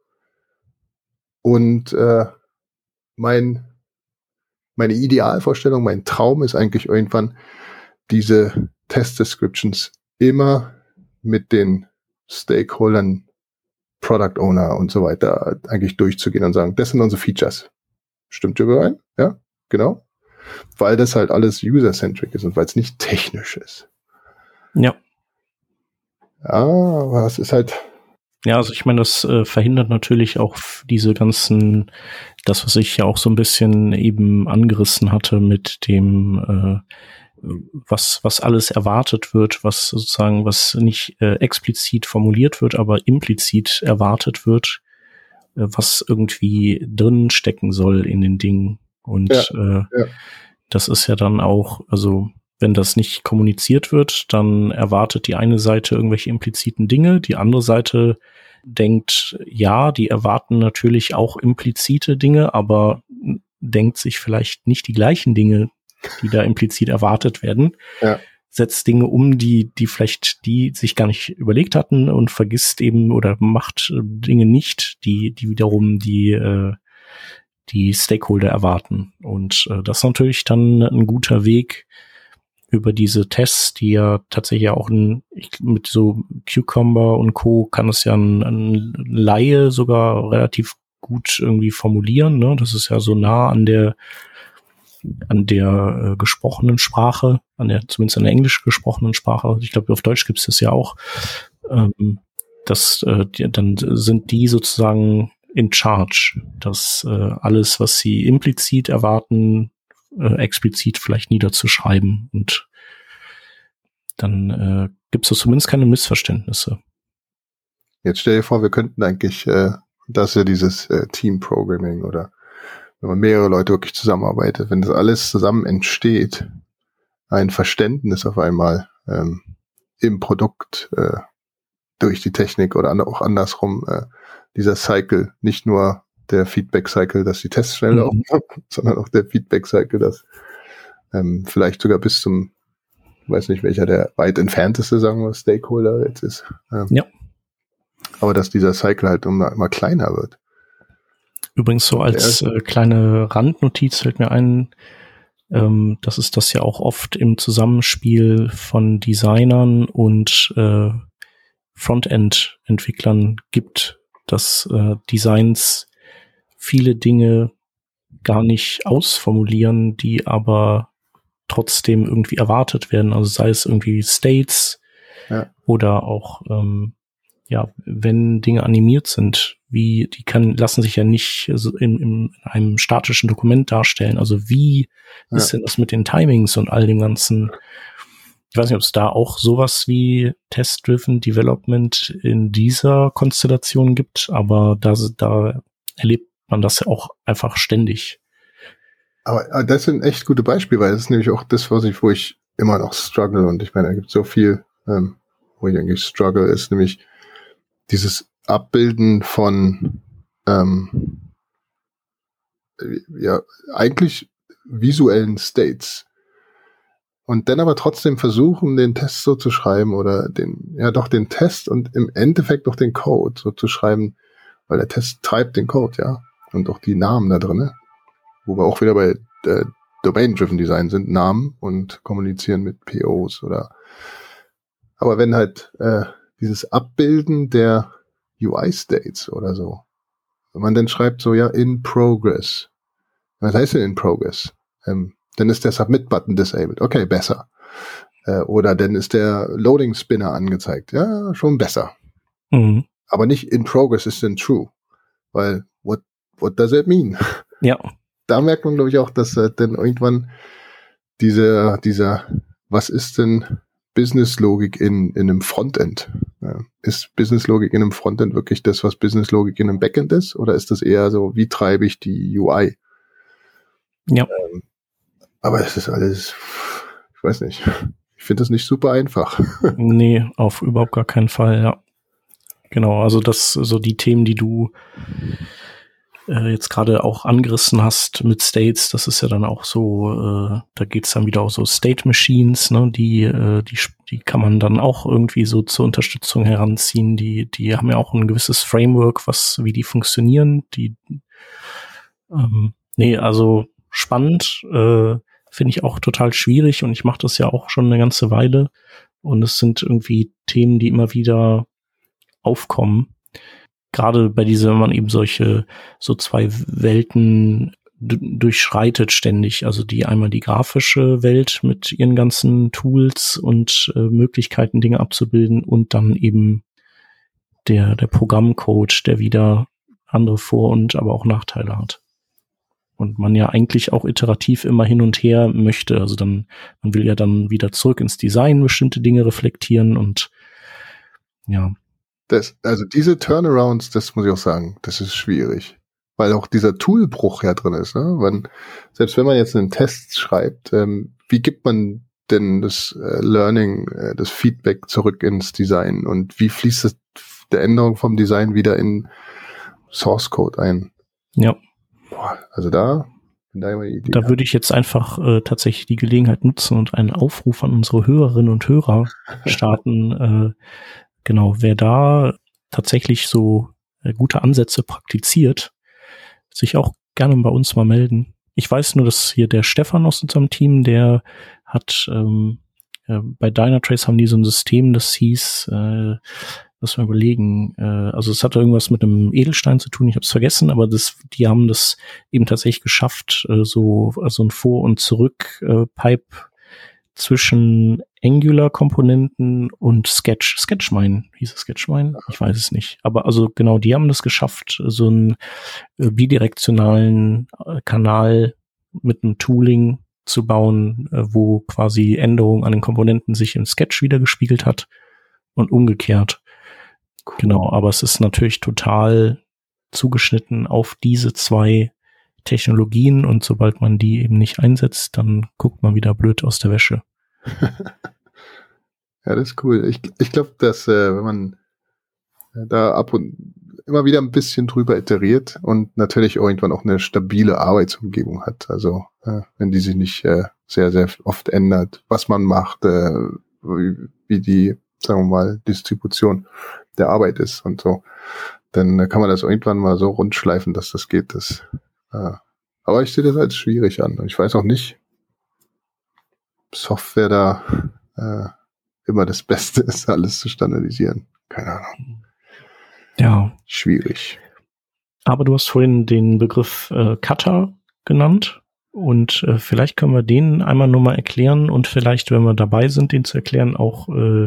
Und meine Idealvorstellung, mein Traum ist eigentlich irgendwann, diese Test-Descriptions immer mit den Stakeholdern, Product Owner und so weiter eigentlich durchzugehen und sagen, das sind unsere Features. Stimmt überein? Ja, genau. Weil das halt alles user-centric ist und weil es nicht technisch ist. Ja. Ja, aber es ist halt... Ja, also ich meine, das verhindert natürlich auch diese ganzen, das, was ich ja auch so ein bisschen eben angerissen hatte mit dem, was alles erwartet wird, was sozusagen, was nicht explizit formuliert wird, aber implizit erwartet wird, was irgendwie drin stecken soll in den Dingen. Und das ist ja dann auch, also wenn das nicht kommuniziert wird, dann erwartet die eine Seite irgendwelche impliziten Dinge, die andere Seite denkt, ja, die erwarten natürlich auch implizite Dinge, aber denkt sich vielleicht nicht die gleichen Dinge, die da implizit erwartet werden. Ja. Setzt Dinge um, die vielleicht die sich gar nicht überlegt hatten und vergisst eben oder macht Dinge nicht, die wiederum die Stakeholder erwarten. Und das ist natürlich dann ein guter Weg über diese Tests, die ja tatsächlich auch mit so Cucumber und Co. kann es ja ein Laie sogar relativ gut irgendwie formulieren, ne? Das ist ja so nah an der gesprochenen Sprache, zumindest an der englisch gesprochenen Sprache. Ich glaube, auf Deutsch gibt es das ja auch. Dann sind die sozusagen in charge, dass alles, was sie implizit erwarten, explizit vielleicht niederzuschreiben, und dann gibt es zumindest keine Missverständnisse. Jetzt stell dir vor, wir könnten eigentlich, das ist ja dieses Team-Programming oder wenn man mehrere Leute wirklich zusammenarbeitet, wenn das alles zusammen entsteht, ein Verständnis auf einmal im Produkt durch die Technik oder auch andersrum, dieser Cycle, nicht nur der Feedback-Cycle, dass die Tests schnell laufen, sondern auch der Feedback-Cycle, dass vielleicht sogar bis zum, ich weiß nicht, welcher der weit entfernteste, sagen wir, Stakeholder jetzt ist. Ja. Aber dass dieser Cycle halt immer kleiner wird. Übrigens so als kleine Randnotiz fällt mir ein, dass es das ja auch oft im Zusammenspiel von Designern und Frontend-Entwicklern gibt, dass Designs viele Dinge gar nicht ausformulieren, die aber trotzdem irgendwie erwartet werden. Also sei es irgendwie States oder auch wenn Dinge animiert sind, lassen sich ja nicht so in einem statischen Dokument darstellen. Also wie ist denn das mit den Timings und all dem Ganzen? Ich weiß nicht, ob es da auch sowas wie Test-Driven Development in dieser Konstellation gibt, aber da erlebt man das ja auch einfach ständig. Aber das sind echt gute Beispiele, weil das ist nämlich auch das, wo ich immer noch struggle, und ich meine, da gibt so viel, wo ich eigentlich struggle, ist nämlich dieses Abbilden von eigentlich visuellen States und dann aber trotzdem versuchen, den Test so zu schreiben oder den Test und im Endeffekt auch den Code so zu schreiben, weil der Test treibt den Code, ja, und auch die Namen da drin, wo wir auch wieder bei Domain-Driven Design sind, Namen und kommunizieren mit POs aber wenn halt dieses Abbilden der UI-States oder so, wenn man dann schreibt so, ja, in progress. Was heißt denn in progress? Dann ist der Submit-Button disabled. Okay, besser. Oder dann ist der Loading-Spinner angezeigt. Ja, schon besser. Mhm. Aber nicht in progress ist denn true. Weil, what does it mean? Ja. Da merkt man, glaube ich, auch, dass dann irgendwann dieser, was ist denn Business-Logik in einem Frontend? Ist Business-Logik in einem Frontend wirklich das, was Business-Logik in einem Backend ist? Oder ist das eher so, wie treibe ich die UI? Ja. Aber es ist alles, ich weiß nicht, ich finde das nicht super einfach. Nee, auf überhaupt gar keinen Fall, ja. Genau, also das so die Themen, die du jetzt gerade auch angerissen hast mit States, das ist ja dann auch so, da geht's dann wieder auch so State Machines, ne, die kann man dann auch irgendwie so zur Unterstützung heranziehen, die haben ja auch ein gewisses Framework, wie die funktionieren, also spannend, finde ich auch total schwierig und ich mache das ja auch schon eine ganze Weile und es sind irgendwie Themen, die immer wieder aufkommen. Gerade bei wenn man eben so zwei Welten durchschreitet ständig, also einmal die grafische Welt mit ihren ganzen Tools und Möglichkeiten, Dinge abzubilden und dann eben der Programmcode, der wieder andere Vor- und aber auch Nachteile hat. Und man ja eigentlich auch iterativ immer hin und her möchte. Also man will ja dann wieder zurück ins Design bestimmte Dinge reflektieren und ja. Also diese Turnarounds, das muss ich auch sagen, das ist schwierig. Weil auch dieser Toolbruch ja drin ist. Ne? Selbst wenn man jetzt einen Test schreibt, wie gibt man denn das Learning, das Feedback zurück ins Design? Und wie fließt der Änderung vom Design wieder in Source Code ein? Ja. Also da würde ich jetzt einfach tatsächlich die Gelegenheit nutzen und einen Aufruf an unsere Hörerinnen und Hörer starten. Genau, wer da tatsächlich so gute Ansätze praktiziert, sich auch gerne bei uns mal melden. Ich weiß nur, dass hier der Stefan aus unserem Team, der hat bei Dynatrace haben die so ein System, das hieß, lass mal überlegen, also es hatte irgendwas mit einem Edelstein zu tun, ich habe es vergessen, aber die haben das eben tatsächlich geschafft, so ein Vor- und Zurück-Pipe zwischen Angular-Komponenten und Sketchmine, hieß es Sketchmine? Ich weiß es nicht. Aber also genau, die haben das geschafft, so einen bidirektionalen Kanal mit einem Tooling zu bauen, wo quasi Änderungen an den Komponenten sich im Sketch wiedergespiegelt hat und umgekehrt. Cool. Genau, aber es ist natürlich total zugeschnitten auf diese zwei Technologien und sobald man die eben nicht einsetzt, dann guckt man wieder blöd aus der Wäsche. Ja, das ist cool. Ich glaube, dass wenn man da ab und immer wieder ein bisschen drüber iteriert und natürlich irgendwann auch eine stabile Arbeitsumgebung hat, also wenn die sich nicht sehr, sehr oft ändert, was man macht, wie die, sagen wir mal, Distribution der Arbeit ist und so, dann kann man das irgendwann mal so rund schleifen, dass das geht. Aber ich sehe das als schwierig an. Ich weiß auch nicht, Software da immer das Beste ist, alles zu standardisieren. Keine Ahnung. Ja. Schwierig. Aber du hast vorhin den Begriff Kata genannt und vielleicht können wir den einmal nur mal erklären und vielleicht, wenn wir dabei sind, den zu erklären, auch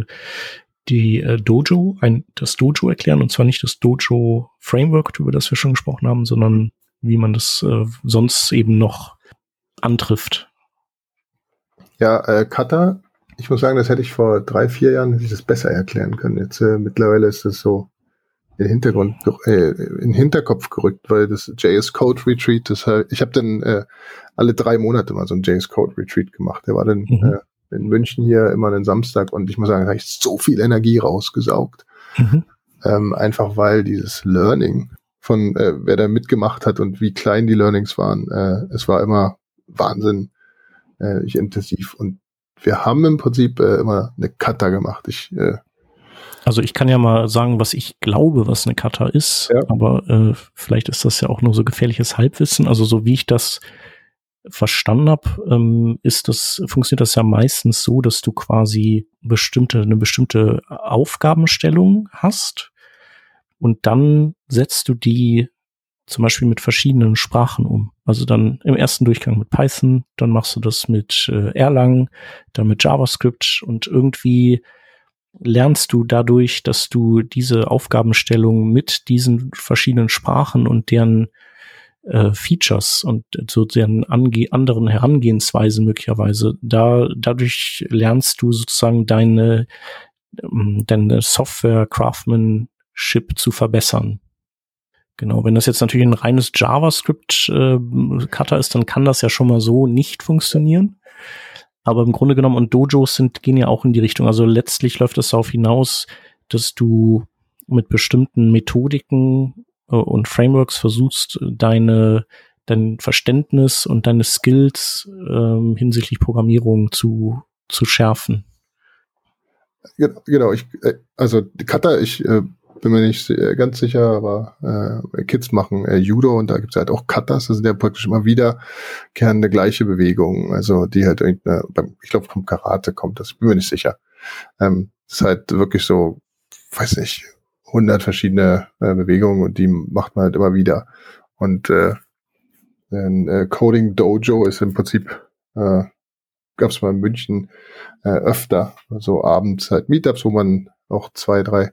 das Dojo erklären und zwar nicht das Dojo Framework, über das wir schon gesprochen haben, sondern wie man das sonst eben noch antrifft. Ja, Kata, ich muss sagen, das hätte ich vor 3-4 Jahren das besser erklären können. Jetzt mittlerweile ist das so in den Hinterkopf gerückt, weil das JS Code Retreat, ich habe dann alle 3 Monate mal so ein JS Code Retreat gemacht. Der war dann in München hier immer einen Samstag und ich muss sagen, da habe ich so viel Energie rausgesaugt. Einfach weil dieses Learning von wer da mitgemacht hat und wie klein die Learnings waren, es war immer Wahnsinn intensiv und wir haben im Prinzip immer eine Kata gemacht. Also ich kann ja mal sagen, was ich glaube, was eine Kata ist, ja. Aber vielleicht ist das ja auch nur so gefährliches Halbwissen. Also so wie ich das verstanden habe, funktioniert das ja meistens so, dass du quasi eine bestimmte Aufgabenstellung hast und dann setzt du die zum Beispiel mit verschiedenen Sprachen um. Also dann im ersten Durchgang mit Python, dann machst du das mit Erlang, dann mit JavaScript und irgendwie lernst du dadurch, dass du diese Aufgabenstellung mit diesen verschiedenen Sprachen und deren Features und so deren anderen Herangehensweisen möglicherweise, dadurch lernst du sozusagen deine Software-Craftsmanship zu verbessern. Genau, wenn das jetzt natürlich ein reines JavaScript-Cutter ist, dann kann das ja schon mal so nicht funktionieren. Aber im Grunde genommen, und Dojos gehen ja auch in die Richtung. Also letztlich läuft es darauf hinaus, dass du mit bestimmten Methodiken und Frameworks versuchst, dein Verständnis und deine Skills hinsichtlich Programmierung zu schärfen. Genau, also Kata, ich bin mir nicht ganz sicher, aber Kids machen Judo und da gibt es halt auch Katas, das sind ja praktisch immer wieder eine gleiche Bewegung, also die halt ich glaube vom Karate kommt das, bin mir nicht sicher. Das ist halt wirklich so, weiß nicht, 100 verschiedene Bewegungen und die macht man halt immer wieder. Und ein Coding Dojo ist im Prinzip, gab es mal in München öfter, so abends halt Meetups, wo man auch 2, 3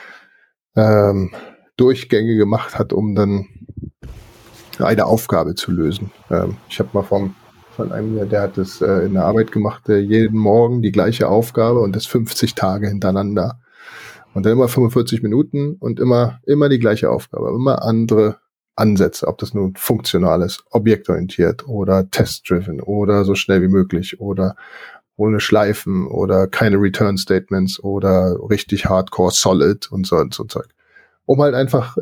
Durchgänge gemacht hat, um dann eine Aufgabe zu lösen. Ich habe mal von einem, der hat das in der Arbeit gemacht, jeden Morgen die gleiche Aufgabe und das 50 Tage hintereinander. Und dann immer 45 Minuten und immer die gleiche Aufgabe, immer andere Ansätze, ob das nun funktional ist, objektorientiert oder test-driven oder so schnell wie möglich oder ohne Schleifen oder keine Return-Statements oder richtig hardcore solid und so Zeug. Um halt einfach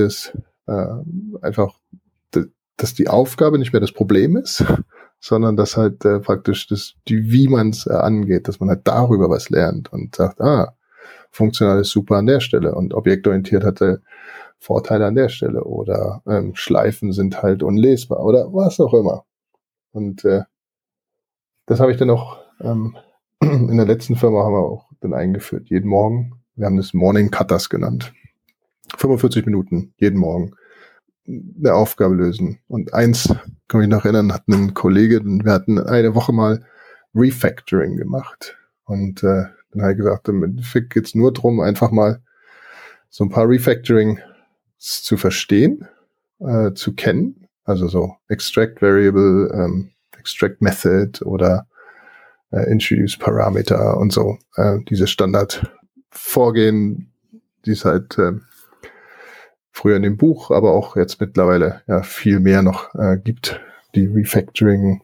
dass die Aufgabe nicht mehr das Problem ist, sondern dass halt praktisch wie man es angeht, dass man halt darüber was lernt und sagt, funktional ist super an der Stelle und objektorientiert hatte Vorteile an der Stelle oder Schleifen sind halt unlesbar oder was auch immer. Und das habe ich dann auch in der letzten Firma haben wir auch dann eingeführt, jeden Morgen. Wir haben das Morning Cutters genannt. 45 Minuten jeden Morgen eine Aufgabe lösen. Und eins, kann mich noch erinnern, hatten ein Kollege, wir hatten eine Woche mal Refactoring gemacht. Und dann habe ich gesagt, im Endeffekt geht es nur darum, einfach mal so ein paar Refactoring zu verstehen, zu kennen. Also so Extract Variable, Extract Method oder Introduce Parameter und so. Diese Standardvorgehen, die es halt früher in dem Buch, aber auch jetzt mittlerweile ja viel mehr noch gibt. Die Refactoring,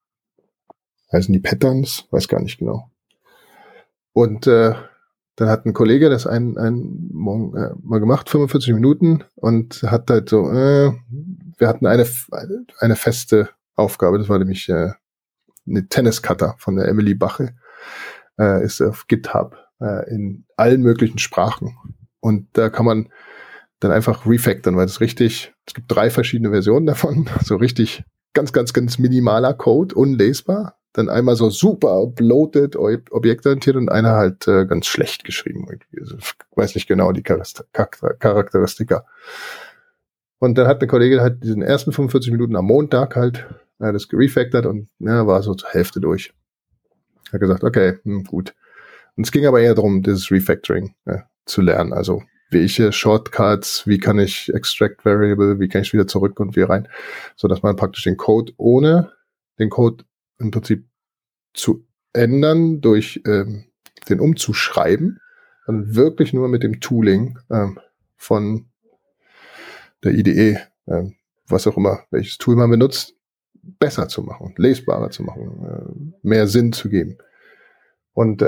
heißen die Patterns, weiß gar nicht genau. Und dann hat ein Kollege das einen Morgen mal gemacht, 45 Minuten und hat halt so, wir hatten eine feste Aufgabe, das war nämlich eine Tennis-Cutter von der Emily Bache, ist auf GitHub in allen möglichen Sprachen. Und da kann man dann einfach refactoren, weil es gibt 3 verschiedene Versionen davon, so richtig ganz, ganz, ganz minimaler Code, unlesbar. Dann einmal so super bloated, objektorientiert und einer halt ganz schlecht geschrieben. Also, ich weiß nicht genau die Charakteristika. Und dann hat der Kollege halt diesen ersten 45 Minuten am Montag halt das gerefactored und war so zur Hälfte durch. Hat gesagt, okay, gut. Und es ging aber eher darum, dieses Refactoring zu lernen. Also welche Shortcuts, wie kann ich Extract Variable, wie kann ich wieder zurück und wieder rein, so dass man praktisch den Code ohne den Code im Prinzip zu ändern, durch den umzuschreiben, dann wirklich nur mit dem Tooling von der IDE, was auch immer, welches Tool man benutzt, besser zu machen, lesbarer zu machen, mehr Sinn zu geben. Und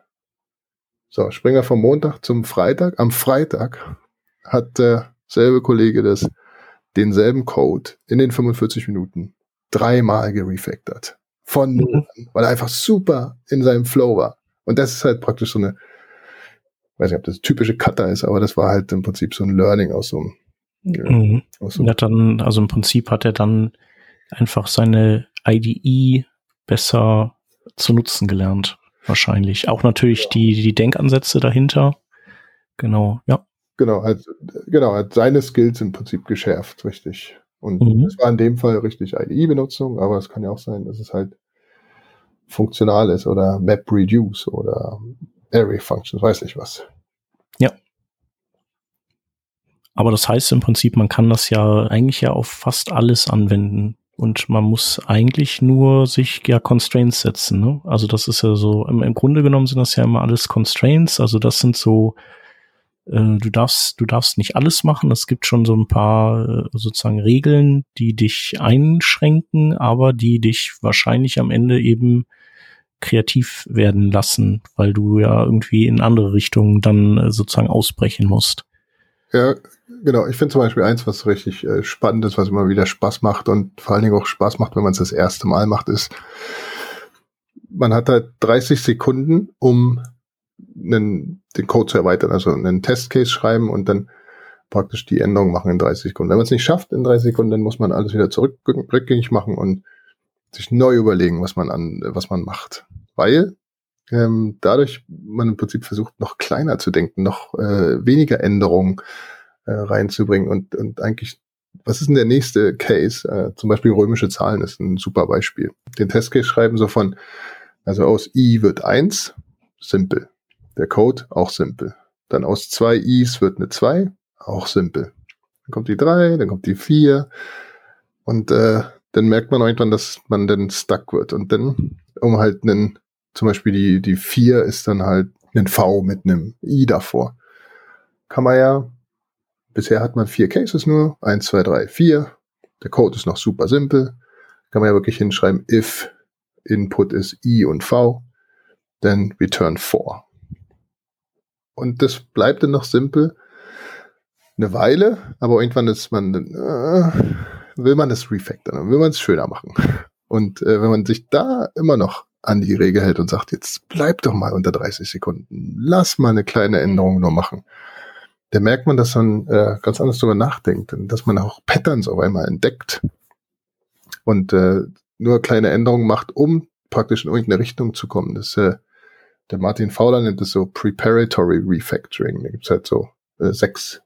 so, springen wir vom Montag zum Freitag. Am Freitag hat derselbe Kollege denselben Code in den 45 Minuten 3-mal gerefactored. Von null an, weil er einfach super in seinem Flow war. Und das ist halt praktisch so eine, weiß nicht, ob das typische Cutter ist, aber das war halt im Prinzip so ein Learning aus so einem. Also im Prinzip hat er dann einfach seine IDE besser zu nutzen gelernt. Wahrscheinlich. Auch natürlich die Denkansätze dahinter. Genau, ja. Genau, hat seine Skills im Prinzip geschärft, richtig. Und das war in dem Fall richtig IDE-Benutzung, aber es kann ja auch sein, dass es halt funktional ist oder MapReduce oder Array Functions, weiß nicht was. Ja. Aber das heißt im Prinzip, man kann das ja eigentlich ja auf fast alles anwenden. Und man muss eigentlich nur sich ja Constraints setzen, ne? Also das ist ja so, im Grunde genommen sind das ja immer alles Constraints. Also das sind so, du darfst nicht alles machen. Es gibt schon so ein paar sozusagen Regeln, die dich einschränken, aber die dich wahrscheinlich am Ende eben kreativ werden lassen, weil du ja irgendwie in andere Richtungen dann sozusagen ausbrechen musst. Ja, Genau, ich finde zum Beispiel eins, was richtig spannend ist, was immer wieder Spaß macht und vor allen Dingen auch Spaß macht, wenn man es das erste Mal macht, ist, man hat halt 30 Sekunden, um den Code zu erweitern, also einen Testcase schreiben und dann praktisch die Änderung machen in 30 Sekunden. Wenn man es nicht schafft in 30 Sekunden, dann muss man alles wieder rückgängig machen und sich neu überlegen, was man macht. Weil dadurch man im Prinzip versucht, noch kleiner zu denken, noch weniger Änderungen reinzubringen und eigentlich, was ist denn der nächste Case? Zum Beispiel römische Zahlen ist ein super Beispiel. Den Testcase schreiben so von, also aus I wird 1, simpel. Der Code, auch simpel. Dann aus 2 Is wird eine 2, auch simpel. Dann kommt die 3, dann kommt die 4 und dann merkt man irgendwann, dass man dann stuck wird. Und dann, um halt zum Beispiel die 4 ist dann halt ein V mit einem I davor. Kann man ja, bisher hat man 4 Cases nur, 1, 2, 3, 4. Der Code ist noch super simpel. Kann man ja wirklich hinschreiben, if Input ist I und V, then return 4. Und das bleibt dann noch simpel eine Weile, aber irgendwann ist man will man das refactoren, will man es schöner machen. Und wenn man sich da immer noch an die Regel hält und sagt, jetzt bleib doch mal unter 30 Sekunden, lass mal eine kleine Änderung nur machen, dann merkt man, dass man ganz anders darüber nachdenkt und dass man auch Patterns auf einmal entdeckt und nur kleine Änderungen macht, um praktisch in irgendeine Richtung zu kommen. Das der Martin Fowler nennt es so Preparatory Refactoring. Da gibt's halt so 6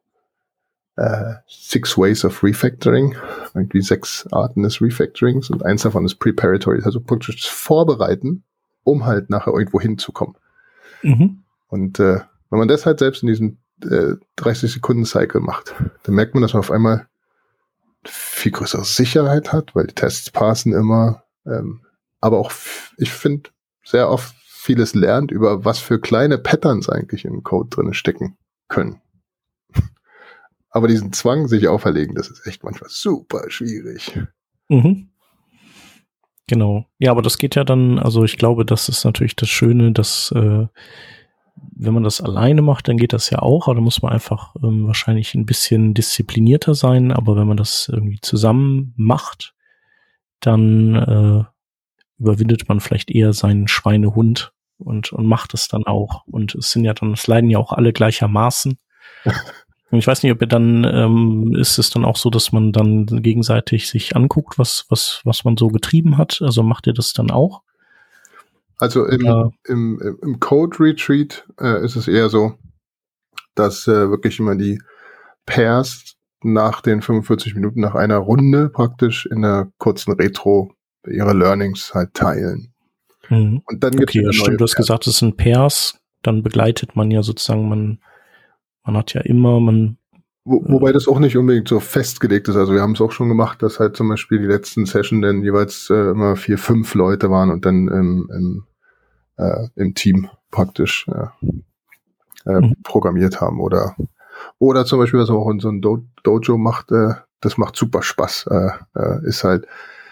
Ways of Refactoring, irgendwie 6 Arten des Refactorings und eins davon ist Preparatory, also praktisch das Vorbereiten, um halt nachher irgendwo hinzukommen. Mhm. Und wenn man das halt selbst in diesem 30-Sekunden-Cycle macht, dann merkt man, dass man auf einmal viel größere Sicherheit hat, weil die Tests passen immer, aber auch, ich finde, sehr oft vieles lernt, über was für kleine Patterns eigentlich im Code drin stecken können. Aber diesen Zwang sich auferlegen, das ist echt manchmal super schwierig. Mhm. Genau. Ja, aber das geht ja dann, also ich glaube, das ist natürlich das Schöne, dass wenn man das alleine macht, dann geht das ja auch, aber da muss man einfach wahrscheinlich ein bisschen disziplinierter sein, aber wenn man das irgendwie zusammen macht, dann überwindet man vielleicht eher seinen Schweinehund und macht es dann auch. Und es leiden ja auch alle gleichermaßen. Und ich weiß nicht, ob ihr dann, ist es dann auch so, dass man dann gegenseitig sich anguckt, was man so getrieben hat? Also macht ihr das dann auch? Also im Code Retreat ist es eher so, dass wirklich immer die Pairs nach den 45 Minuten nach einer Runde praktisch in einer kurzen Retro ihre Learnings halt teilen. Mhm. Und dann gibt's ja, stimmt, du hast gesagt, es sind Pairs, dann begleitet man ja sozusagen, man hat ja immer, wobei das auch nicht unbedingt so festgelegt ist. Also wir haben es auch schon gemacht, dass halt zum Beispiel die letzten Session dann jeweils immer 4, 5 Leute waren und dann im Team praktisch programmiert haben oder zum Beispiel, was man auch in so einem Dojo macht, das macht super Spaß, ist halt,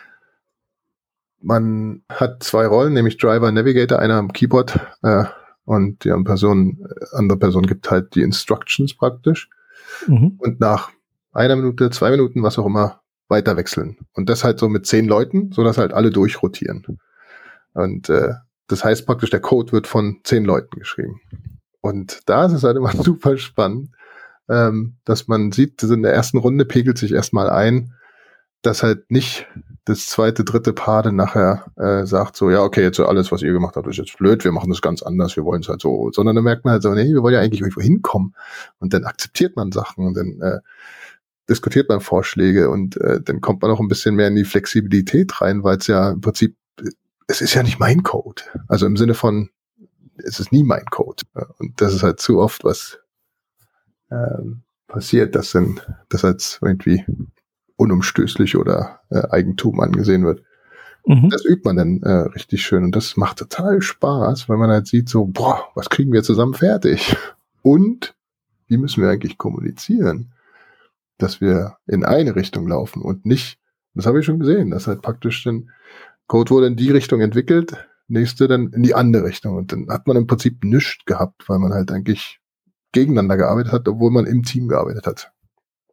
man hat 2 Rollen, nämlich Driver, Navigator, einer am Keyboard und die andere Person gibt halt die Instructions praktisch und nach 1 Minute, 2 Minuten, was auch immer, weiter wechseln. Und das halt so mit 10 Leuten, so dass halt alle durchrotieren. Und das heißt praktisch, der Code wird von 10 Leuten geschrieben. Und da ist es halt immer super spannend, dass man sieht, in der ersten Runde pegelt sich erstmal ein, dass halt nicht das 2., 3. Paar dann nachher sagt so, ja, okay, jetzt alles, was ihr gemacht habt, ist jetzt blöd, wir machen das ganz anders, wir wollen es halt so. Sondern dann merkt man halt so, nee, wir wollen ja eigentlich irgendwo hinkommen. Und dann akzeptiert man Sachen und dann diskutiert man Vorschläge und dann kommt man auch ein bisschen mehr in die Flexibilität rein, weil es ja im Prinzip, es ist ja nicht mein Code. Also im Sinne von, es ist nie mein Code. Und das ist halt zu oft, was passiert, dass das als irgendwie unumstößlich oder Eigentum angesehen wird. Mhm. Das übt man dann richtig schön und das macht total Spaß, weil man halt sieht so, boah, was kriegen wir zusammen fertig? Und wie müssen wir eigentlich kommunizieren, dass wir in eine Richtung laufen und nicht, das habe ich schon gesehen, dass halt praktisch dann Code wurde in die Richtung entwickelt, nächste dann in die andere Richtung und dann hat man im Prinzip nichts gehabt, weil man halt eigentlich gegeneinander gearbeitet hat, obwohl man im Team gearbeitet hat.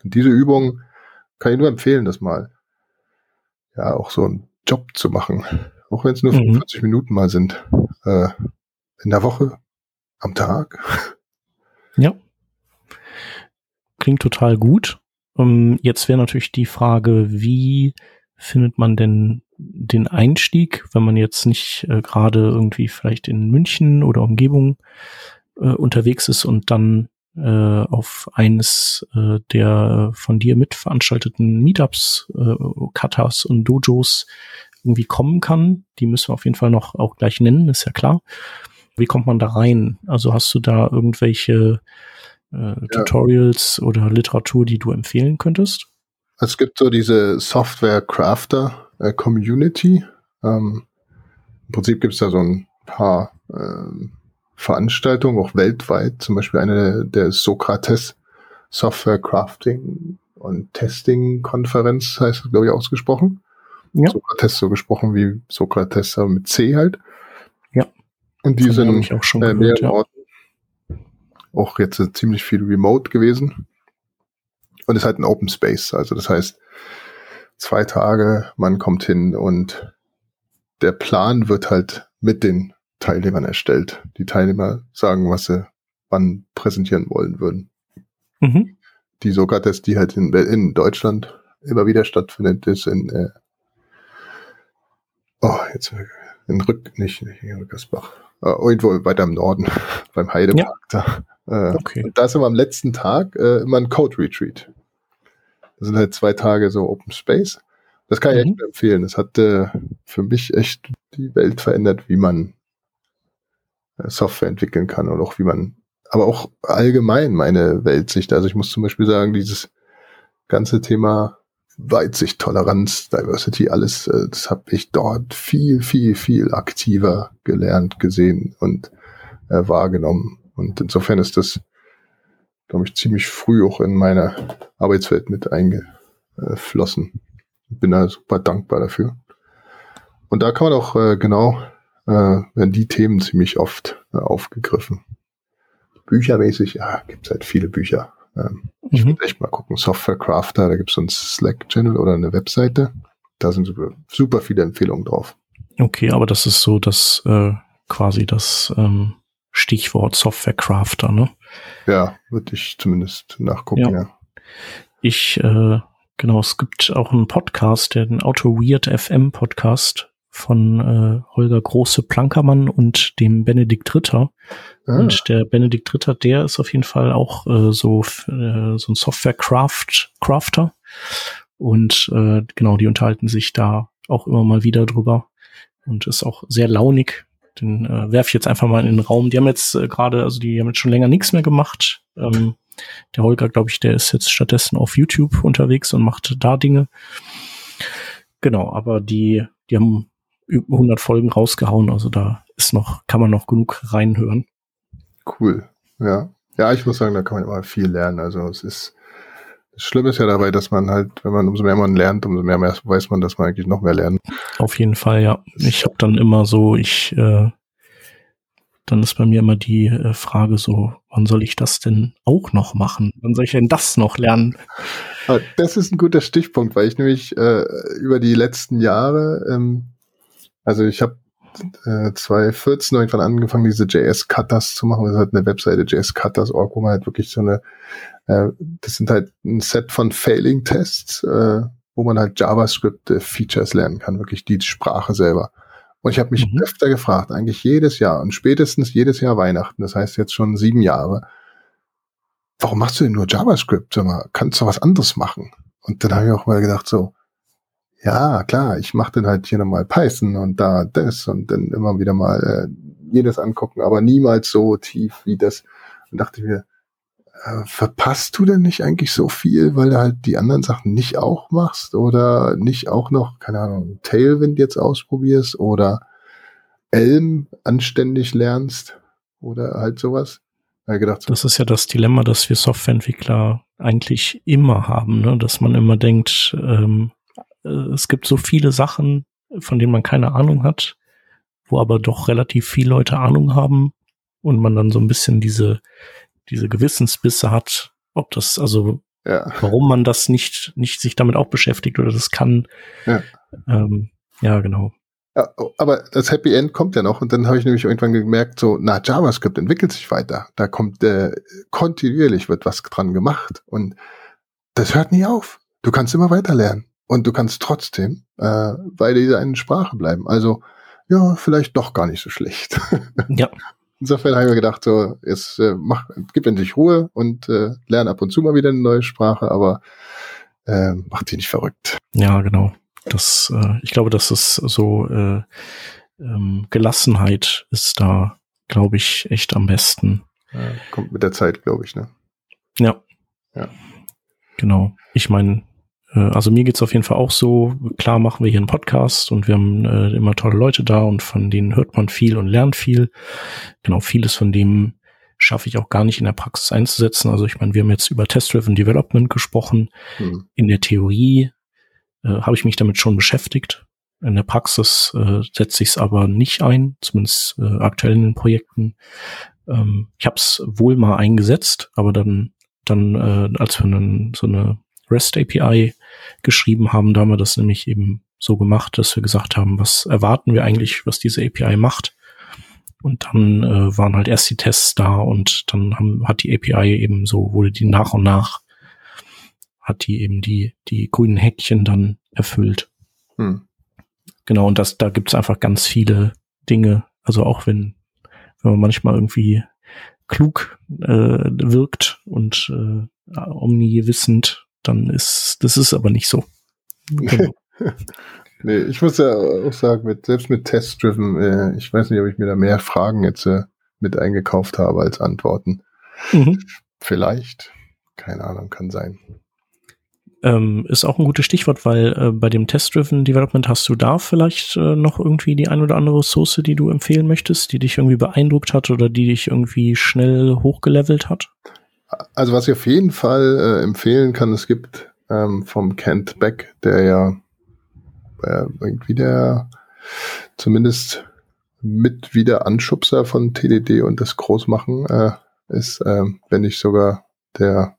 Und diese Übung kann ich nur empfehlen, das mal auch so einen Job zu machen. Auch wenn es nur 45 Minuten mal sind. In der Woche, am Tag. Ja. Klingt total gut. Jetzt wäre natürlich die Frage, wie findet man denn den Einstieg, wenn man jetzt nicht gerade irgendwie vielleicht in München oder Umgebung unterwegs ist und dann auf eines der von dir mitveranstalteten Meetups, Katas und Dojos irgendwie kommen kann. Die müssen wir auf jeden Fall noch auch gleich nennen, ist ja klar. Wie kommt man da rein? Also hast du da irgendwelche Tutorials oder Literatur, die du empfehlen könntest? Es gibt so diese Software-Crafter Community. Im Prinzip gibt es da so ein paar Veranstaltungen, auch weltweit. Zum Beispiel eine der Sokrates Software Crafting und Testing Konferenz, heißt es, glaube ich, ausgesprochen. Ja. Sokrates so gesprochen wie Sokrates, aber mit C halt. Ja. Und die sind in auch schon gehört, mehreren Orten. Auch jetzt ziemlich viel remote gewesen. Und es ist halt ein Open Space. Also das heißt, 2 Tage, man kommt hin und der Plan wird halt mit den Teilnehmern erstellt. Die Teilnehmer sagen, was sie wann präsentieren wollen würden. Mhm. Die Sokrates, die halt in Deutschland immer wieder stattfindet, ist in nicht in Rückersbach. Irgendwo weiter im Norden, beim Heidepark da. Okay. Und da ist immer am letzten Tag immer ein Code-Retreat. Das sind halt 2 Tage so Open Space. Das kann ich echt empfehlen. Das hat für mich echt die Welt verändert, wie man Software entwickeln kann und auch wie man, aber auch allgemein meine Weltsicht. Also ich muss zum Beispiel sagen, dieses ganze Thema Weitsicht, Toleranz, Diversity, alles, das habe ich dort viel, viel, viel aktiver gelernt, gesehen und wahrgenommen. Und insofern ist das, glaube ich, ziemlich früh auch in meine Arbeitswelt mit eingeflossen. Bin da super dankbar dafür. Und da kann man auch werden die Themen ziemlich oft aufgegriffen. Büchermäßig, gibt es halt viele Bücher. Ich würde echt mal gucken, Software Crafter, da gibt es so einen Slack-Channel oder eine Webseite. Da sind super viele Empfehlungen drauf. Okay, aber das ist so das quasi das Stichwort Software Crafter, ne? Ja, würde ich zumindest nachgucken, ja. Es gibt auch einen Podcast, den Auto Weird FM Podcast von Holger Große-Plankermann und dem Benedikt Ritter. Und der Benedikt Ritter, der ist auf jeden Fall auch so ein Software-Crafter. Und die unterhalten sich da auch immer mal wieder drüber. Und ist auch sehr launig. Den werfe ich jetzt einfach mal in den Raum. Die haben jetzt die haben jetzt schon länger nichts mehr gemacht. Der Holger, glaube ich, der ist jetzt stattdessen auf YouTube unterwegs und macht da Dinge. Genau, aber die haben über 100 Folgen rausgehauen, also da kann man noch genug reinhören. Cool, ja. Ja, ich muss sagen, da kann man immer viel lernen. Also das Schlimme ist ja dabei, dass man halt, umso mehr man lernt, umso mehr weiß man, dass man eigentlich noch mehr lernt. Auf jeden Fall, ja. Ich habe dann immer so, dann ist bei mir immer die Frage so, wann soll ich das denn auch noch machen? Wann soll ich denn das noch lernen? Das ist ein guter Stichpunkt, weil ich nämlich über die letzten Jahre, also ich habe 2014 irgendwann angefangen, diese JS-Cutters zu machen. Das ist halt eine Webseite, JS-Cutters.org, wo man halt wirklich so das sind halt ein Set von Failing-Tests, wo man halt JavaScript-Features lernen kann, wirklich die Sprache selber. Und ich habe mich öfter gefragt, eigentlich jedes Jahr und spätestens jedes Jahr Weihnachten, das heißt jetzt schon 7 Jahre, warum machst du denn nur JavaScript? Sag mal, kannst du was anderes machen? Und dann habe ich auch mal gedacht so, ja, klar, ich mache dann halt hier nochmal Python und da das und dann immer wieder mal jedes angucken, aber niemals so tief wie das. Und dachte ich mir, verpasst du denn nicht eigentlich so viel, weil du halt die anderen Sachen nicht auch machst oder nicht auch noch, keine Ahnung, Tailwind jetzt ausprobierst oder Elm anständig lernst oder halt sowas? Das ist ja das Dilemma, das wir Softwareentwickler eigentlich immer haben, ne? Dass man immer denkt, es gibt so viele Sachen, von denen man keine Ahnung hat, wo aber doch relativ viele Leute Ahnung haben und man dann so ein bisschen diese Gewissensbisse hat, ob das, also warum man das nicht sich damit auch beschäftigt oder das kann. Ja, ja genau. Ja, aber das Happy End kommt ja noch und dann habe ich nämlich irgendwann gemerkt, so, JavaScript entwickelt sich weiter. Da kommt kontinuierlich wird was dran gemacht und das hört nie auf. Du kannst immer weiter lernen und du kannst trotzdem bei dieser einen Sprache bleiben. Also ja, vielleicht doch gar nicht so schlecht. Ja. Insofern habe ich mir gedacht, so, jetzt gib endlich Ruhe und lerne ab und zu mal wieder eine neue Sprache, aber mach dich nicht verrückt. Ja, genau. Ich glaube, das ist so Gelassenheit ist da, glaube ich, echt am besten. Kommt mit der Zeit, glaube ich, ne? Ja. Genau. Ich meine, also mir geht's auf jeden Fall auch so. Klar machen wir hier einen Podcast und wir haben immer tolle Leute da und von denen hört man viel und lernt viel. Genau, vieles von dem schaffe ich auch gar nicht in der Praxis einzusetzen. Also ich meine, wir haben jetzt über Test-Driven Development gesprochen. In der Theorie habe ich mich damit schon beschäftigt. In der Praxis setze ich es aber nicht ein, zumindest aktuell in den Projekten. Ich habe es wohl mal eingesetzt, aber dann als wir so eine REST API geschrieben haben, da haben wir das nämlich eben so gemacht, dass wir gesagt haben, was erwarten wir eigentlich, was diese API macht. Und dann waren halt erst die Tests da und dann hat die API eben so, wurde die nach und nach hat die eben die grünen Häkchen dann erfüllt. Genau, und da gibt's einfach ganz viele Dinge. Also auch wenn man manchmal irgendwie klug wirkt und omniwissend, dann ist aber nicht so. Genau. Nee, ich muss ja auch sagen, selbst mit Test-Driven, ich weiß nicht, ob ich mir da mehr Fragen jetzt mit eingekauft habe als Antworten. Vielleicht. Keine Ahnung, kann sein. Ist auch ein gutes Stichwort, weil bei dem Test-Driven Development hast du da vielleicht noch irgendwie die ein oder andere Ressource, die du empfehlen möchtest, die dich irgendwie beeindruckt hat oder die dich irgendwie schnell hochgelevelt hat? Also was ich auf jeden Fall empfehlen kann, es gibt vom Kent Beck, der ja irgendwie der zumindest mit wieder Anschubser von TDD und das Großmachen ist, wenn nicht sogar der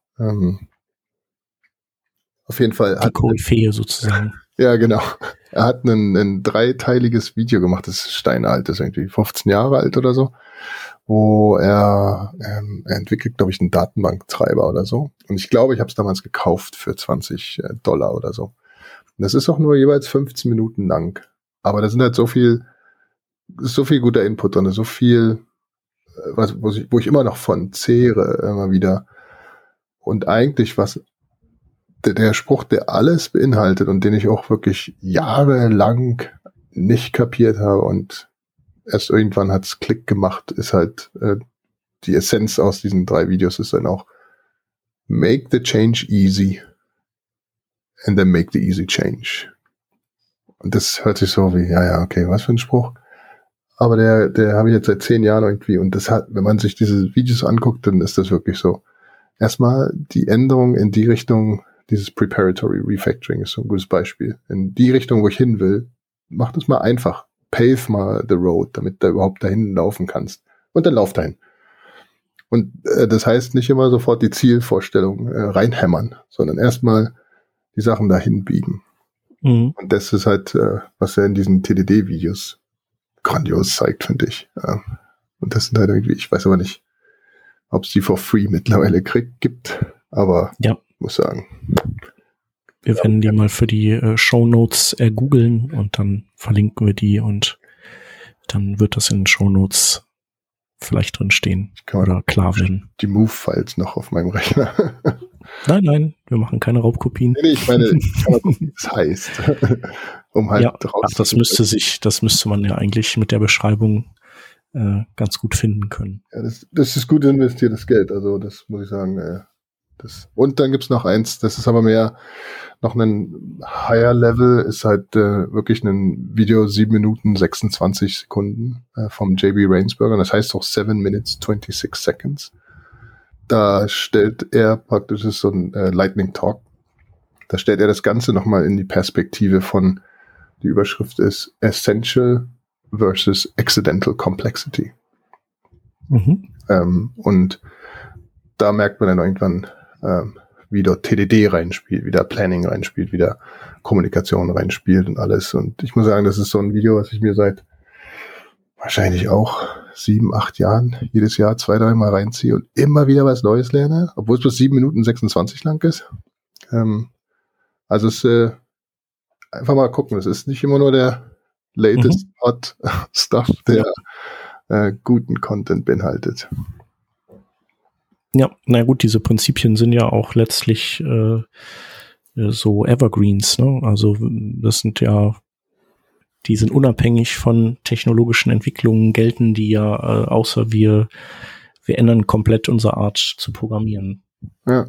auf jeden Fall die Koryphäe sozusagen. Ja, genau. Er hat ein dreiteiliges Video gemacht, das ist steinalt, das ist irgendwie 15 Jahre alt oder so, wo er entwickelt, glaube ich, einen Datenbanktreiber oder so. Und ich glaube, ich habe es damals gekauft für $20 oder so. Und das ist auch nur jeweils 15 Minuten lang. Aber da sind halt so viel guter Input drin, so viel, wo ich immer noch von zehre, immer wieder. Und eigentlich der Spruch, der alles beinhaltet und den ich auch wirklich jahrelang nicht kapiert habe und erst irgendwann hat's Klick gemacht, ist halt die Essenz aus diesen 3 Videos ist dann auch make the change easy and then make the easy change. Und das hört sich so wie, ja, okay, was für ein Spruch. Aber der habe ich jetzt seit 10 Jahren irgendwie und wenn man sich diese Videos anguckt, dann ist das wirklich so. Erstmal die Änderung in die Richtung, dieses Preparatory Refactoring ist so ein gutes Beispiel. In die Richtung, wo ich hin will, mach das mal einfach. Pave mal the road, damit du überhaupt dahin laufen kannst. Und dann lauf dahin. Und das heißt nicht immer sofort die Zielvorstellung reinhämmern, sondern erstmal die Sachen dahin biegen. Und das ist halt, was er in diesen TDD-Videos grandios zeigt, finde ich. Und das sind halt irgendwie, ich weiß aber nicht, ob es die for free mittlerweile gibt, aber ja. Muss sagen. Wir werden die mal für die Shownotes googeln und dann verlinken wir die und dann wird das in den Shownotes vielleicht drin stehen oder klar werden. Die Move-Files noch auf meinem Rechner. Nein, wir machen keine Raubkopien. Nee, ich meine, das heißt, um halt das müsste man ja eigentlich mit der Beschreibung ganz gut finden können. Ja, das ist gut investiertes Geld, also das muss ich sagen. Und dann gibt's noch eins, das ist aber mehr noch ein Higher Level, ist halt wirklich ein Video 7 Minuten 26 Sekunden vom JB Rainsberger, das heißt auch 7 Minutes 26 Seconds. Da stellt er praktisch, das ist so ein Lightning Talk, da stellt er das Ganze nochmal in die Perspektive von, die Überschrift ist Essential versus Accidental Complexity. Und da merkt man dann irgendwann, wie dort TDD reinspielt, wie da Planning reinspielt, wie da Kommunikation reinspielt und alles. Und ich muss sagen, das ist so ein Video, was ich mir seit wahrscheinlich auch 7, 8 Jahren jedes Jahr 2, 3 Mal reinziehe und immer wieder was Neues lerne, obwohl es bloß 7 Minuten 26 lang ist. Also es einfach mal gucken, es ist nicht immer nur der latest hot Stuff, der guten Content beinhaltet. Ja, na gut, diese Prinzipien sind ja auch letztlich so Evergreens, ne? Also das sind ja, die sind unabhängig von technologischen Entwicklungen, gelten die ja, außer wir ändern komplett unsere Art zu programmieren. Ja.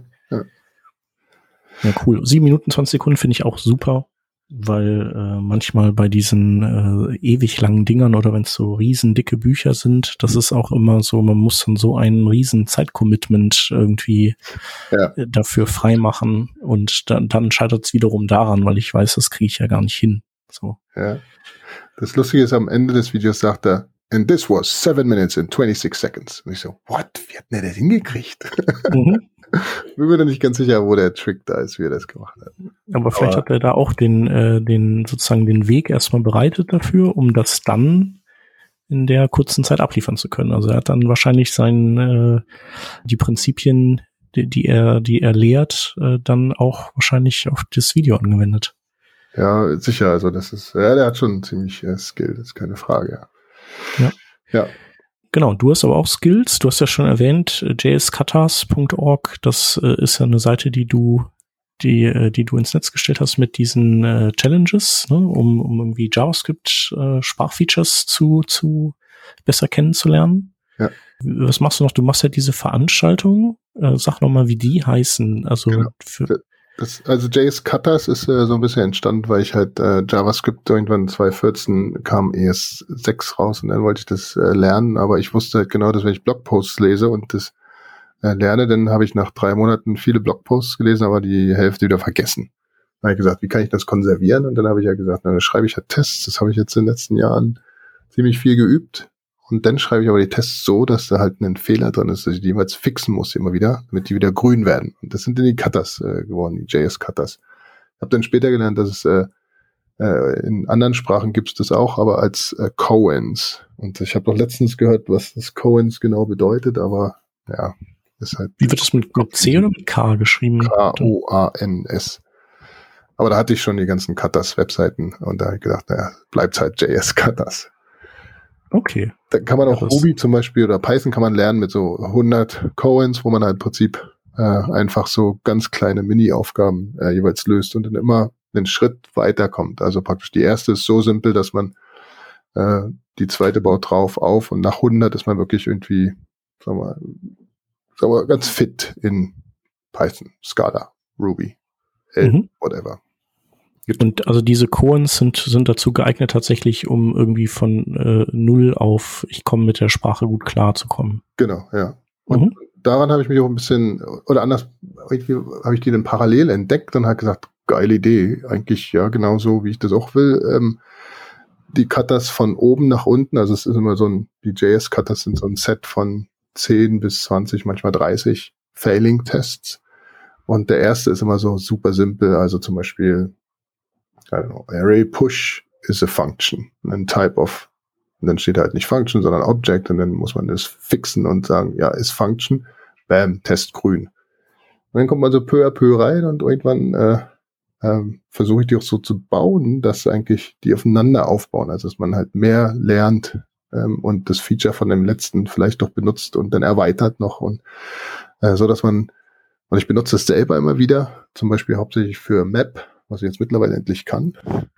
Ja, cool. 7 Minuten, 20 Sekunden finde ich auch super, weil manchmal bei diesen ewig langen Dingern oder wenn es so riesen dicke Bücher sind, das ist auch immer so, man muss dann so einen riesen Zeitcommitment irgendwie dafür freimachen und dann scheitert es wiederum daran, weil ich weiß, das kriege ich ja gar nicht hin. So. Ja. Das Lustige ist, am Ende des Videos sagt er, and this was 7 minutes and 26 seconds. Und ich so, what? Wie hat denn der das hingekriegt? Bin mir da nicht ganz sicher, wo der Trick da ist, wie er das gemacht hat. Aber vielleicht hat er da auch den sozusagen den Weg erstmal bereitet dafür, um das dann in der kurzen Zeit abliefern zu können. Also er hat dann wahrscheinlich die Prinzipien, die er lehrt, dann auch wahrscheinlich auf das Video angewendet. Ja, sicher. Also das ist, der hat schon ziemlich Skill, das ist keine Frage. Ja. Genau, du hast aber auch Skills. Du hast ja schon erwähnt, jskatas.org. Das ist ja eine Seite, die du ins Netz gestellt hast mit diesen Challenges, ne, um irgendwie JavaScript Sprachfeatures zu besser kennenzulernen. Ja. Was machst du noch? Du machst ja diese Veranstaltungen. Sag noch mal, wie die heißen. Also genau. Also JS-Cutters ist so ein bisschen entstanden, weil ich halt JavaScript irgendwann 2014 kam ES6 raus und dann wollte ich das lernen, aber ich wusste halt genau, dass wenn ich Blogposts lese und das lerne, dann habe ich nach 3 Monaten viele Blogposts gelesen, aber die Hälfte wieder vergessen. Dann habe ich gesagt, wie kann ich das konservieren? Und dann habe ich ja gesagt, dann schreibe ich halt Tests. Das habe ich jetzt in den letzten Jahren ziemlich viel geübt. Und dann schreibe ich aber die Tests so, dass da halt ein Fehler drin ist, dass ich die jeweils fixen muss immer wieder, damit die wieder grün werden. Und das sind dann die Cutters geworden, die JS-Cutters. Ich habe dann später gelernt, dass es in anderen Sprachen gibt es das auch, aber als Koans. Und ich habe doch letztens gehört, was das Koans genau bedeutet, aber ja, ist halt... Wie wird das mit C oder mit K geschrieben? Koans. Aber da hatte ich schon die ganzen Cutters-Webseiten und da habe ich gedacht, naja, bleibt's halt JS-Cutters. Okay. Da kann man auch Ruby zum Beispiel oder Python kann man lernen mit so 100 Koans, wo man halt im Prinzip einfach so ganz kleine Mini-Aufgaben jeweils löst und dann immer einen Schritt weiterkommt. Also praktisch die erste ist so simpel, dass man die zweite baut drauf auf und nach 100 ist man wirklich irgendwie, sagen wir ganz fit in Python, Scala, Ruby, whatever. Und also diese Koans sind dazu geeignet tatsächlich, um irgendwie von 0 auf ich komme mit der Sprache gut klar zu kommen. Genau, ja. Und daran habe ich mich auch ein bisschen, oder anders, irgendwie habe ich die dann parallel entdeckt und habe gesagt, geile Idee, eigentlich ja genauso, wie ich das auch will. Die Cutters von oben nach unten, also es ist immer so die JS-Cutters sind so ein Set von 10 bis 20, manchmal 30 Failing-Tests. Und der erste ist immer so super simpel, also zum Beispiel I don't know, array push is a function. And type of, und dann steht halt nicht Function, sondern Object, und dann muss man das fixen und sagen, ja, ist Function, bam, Test grün. Und dann kommt man so peu à peu rein und irgendwann versuche ich die auch so zu bauen, dass eigentlich die aufeinander aufbauen, also dass man halt mehr lernt und das Feature von dem letzten vielleicht doch benutzt und dann erweitert noch und so, dass man, und ich benutze es selber immer wieder, zum Beispiel hauptsächlich für Map, was ich jetzt mittlerweile endlich kann,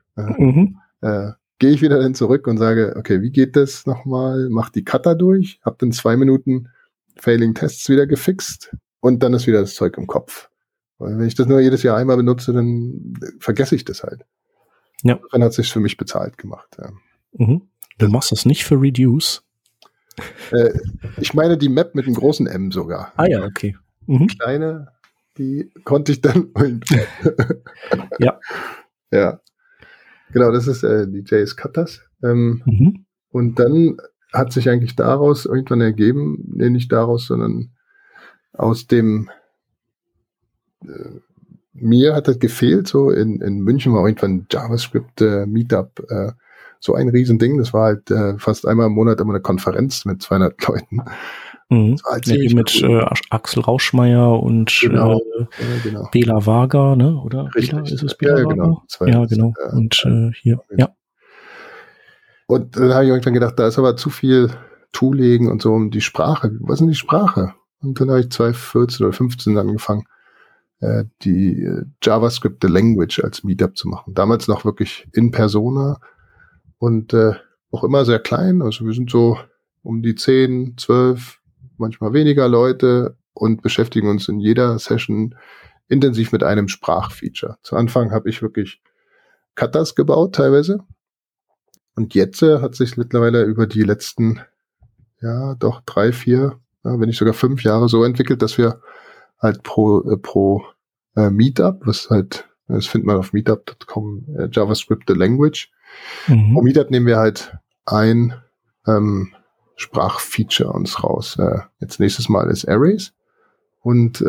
gehe ich wieder dann zurück und sage, okay, wie geht das nochmal? Mach die Cutter durch, hab dann 2 Minuten Failing Tests wieder gefixt und dann ist wieder das Zeug im Kopf. Weil wenn ich das nur jedes Jahr einmal benutze, dann vergesse ich das halt. Ja. Dann hat es sich für mich bezahlt gemacht. Ja. Du machst das nicht für Reduce? Ich meine die Map mit einem großen M sogar. Ah ja, okay. Kleine, die konnte ich dann ja. Ja. Genau, das ist die JS-Cutters. Und dann hat sich eigentlich daraus irgendwann ergeben, nicht daraus, sondern aus dem mir hat das gefehlt, so in München war irgendwann JavaScript Meetup so ein Riesending. Das war halt fast einmal im Monat immer eine Konferenz mit 200 Leuten. Mhm. Halt mit cool. Axel Rauschmeier und genau. Bela Varga, ne? Oder? Richtig. Bela? Ist es Bela Varga? Genau. Ja, genau. Und hier, ja. Und dann habe ich irgendwann gedacht, da ist aber zu viel Tooling und so um die Sprache. Was ist denn die Sprache? Und dann habe ich 2014 oder 2015 angefangen, die JavaScript The Language als Meetup zu machen. Damals noch wirklich in Persona und auch immer sehr klein. Also wir sind so um die 10, 12, manchmal weniger Leute und beschäftigen uns in jeder Session intensiv mit einem Sprachfeature. Zu Anfang habe ich wirklich Katas gebaut teilweise. Und jetzt hat sich mittlerweile über die letzten, 3, 4, wenn nicht sogar 5 Jahre so entwickelt, dass wir halt pro Meetup, das findet man auf meetup.com, JavaScript The Language. Pro Meetup nehmen wir halt ein Sprachfeature uns raus. Jetzt nächstes Mal ist Arrays. Und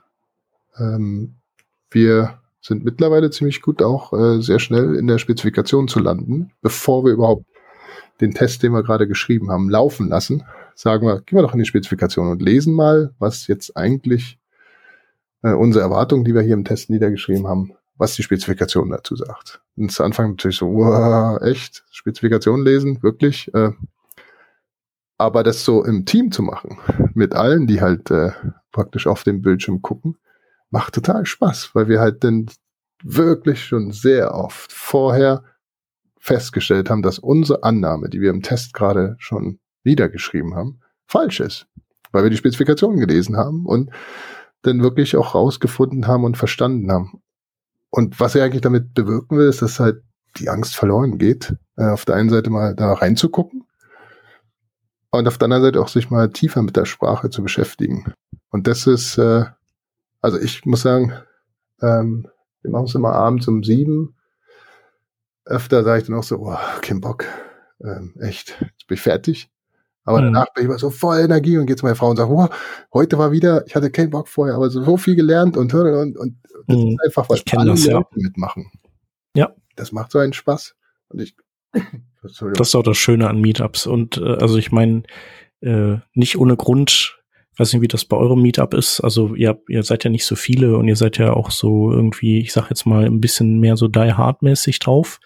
wir sind mittlerweile ziemlich gut auch sehr schnell in der Spezifikation zu landen, bevor wir überhaupt den Test, den wir gerade geschrieben haben, laufen lassen. Sagen wir, gehen wir doch in die Spezifikation und lesen mal, was jetzt eigentlich unsere Erwartungen, die wir hier im Test niedergeschrieben haben, was die Spezifikation dazu sagt. Und zu Anfang natürlich so, wow, echt? Spezifikation lesen? Wirklich? Aber das so im Team zu machen, mit allen, die halt praktisch auf dem Bildschirm gucken, macht total Spaß, weil wir halt dann wirklich schon sehr oft vorher festgestellt haben, dass unsere Annahme, die wir im Test gerade schon niedergeschrieben haben, falsch ist. Weil wir die Spezifikationen gelesen haben und dann wirklich auch rausgefunden haben und verstanden haben. Und was er eigentlich damit bewirken will, ist, dass halt die Angst verloren geht, auf der einen Seite mal da reinzugucken und auf der anderen Seite auch sich mal tiefer mit der Sprache zu beschäftigen. Und das ist, also ich muss sagen, wir machen es immer abends um 7. Öfter sage ich dann auch so, oh, kein Bock, echt, jetzt bin ich fertig. Aber danach bin ich immer so voll Energie und gehe zu meiner Frau und sage, oh, heute war wieder, ich hatte keinen Bock vorher, aber so viel gelernt und das ist einfach, was alle Leute mitmachen. Ja. Das macht so einen Spaß. Und das ist auch das Schöne an Meetups. Und also ich meine, nicht ohne Grund, ich weiß nicht, wie das bei eurem Meetup ist. Also ihr seid ja nicht so viele und ihr seid ja auch so irgendwie, ich sag jetzt mal, ein bisschen mehr so die-hard-mäßig drauf.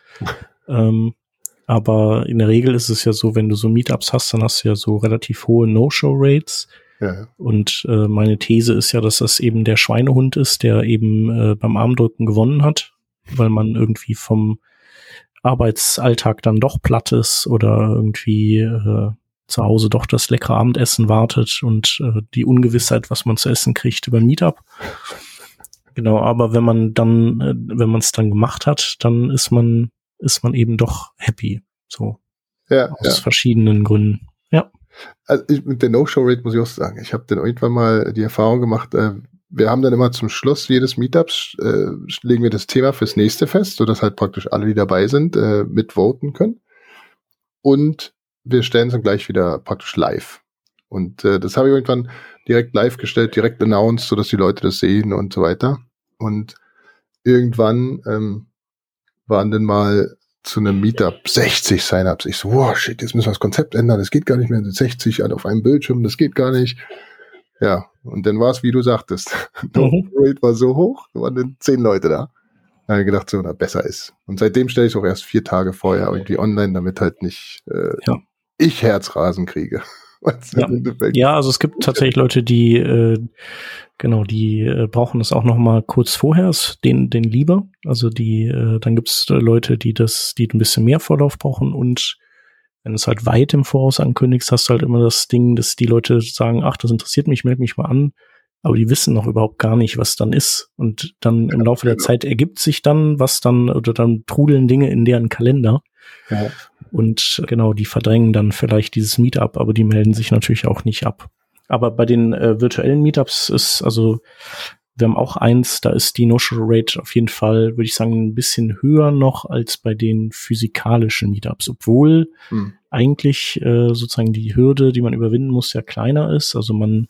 Aber in der Regel ist es ja so, wenn du so Meetups hast, dann hast du ja so relativ hohe No-Show-Rates. Ja. Und meine These ist ja, dass das eben der Schweinehund ist, der eben beim Armdrücken gewonnen hat, weil man irgendwie vom Arbeitsalltag dann doch platt ist oder irgendwie zu Hause doch das leckere Abendessen wartet und die Ungewissheit, was man zu essen kriegt über Meetup. Genau, aber wenn man es dann gemacht hat, dann ist man eben doch happy. So. Ja. Aus verschiedenen Gründen. Ja. Also mit der No-Show-Rate muss ich auch sagen, ich habe dann irgendwann mal die Erfahrung gemacht, wir haben dann immer zum Schluss jedes Meetups legen wir das Thema fürs nächste fest, sodass halt praktisch alle, die dabei sind, mitvoten können. Und wir stellen es dann gleich wieder praktisch live. Und das habe ich irgendwann direkt live gestellt, direkt announced, sodass die Leute das sehen und so weiter. Und irgendwann waren dann mal zu einem Meetup 60 Sign-ups. Ich so, wow, shit, jetzt müssen wir das Konzept ändern. Das geht gar nicht mehr. 60 auf einem Bildschirm, das geht gar nicht. Ja, und dann war es, wie du sagtest. Die Rate war so hoch, da waren dann 10 Leute da. Da habe ich gedacht, so, na, besser ist. Und seitdem stelle ich es auch erst 4 Tage vorher irgendwie online, damit halt nicht ich Herzrasen kriege. Ja, also es gibt tatsächlich Leute, die brauchen das auch noch mal kurz vorher, den lieber. Also dann gibt's Leute, die ein bisschen mehr Vorlauf brauchen und wenn du es halt weit im Voraus ankündigst, hast du halt immer das Ding, dass die Leute sagen, ach, das interessiert mich, melde mich mal an, aber die wissen noch überhaupt gar nicht, was dann ist. Und dann im Laufe der Zeit ergibt sich dann, dann trudeln Dinge in deren Kalender. Ja. Und genau, die verdrängen dann vielleicht dieses Meetup, aber die melden sich natürlich auch nicht ab. Aber bei den virtuellen Meetups ist, also wir haben auch eins, da ist die No-Show-Rate auf jeden Fall, würde ich sagen, ein bisschen höher noch als bei den physikalischen Meetups, obwohl eigentlich sozusagen die Hürde, die man überwinden muss, ja kleiner ist. Also man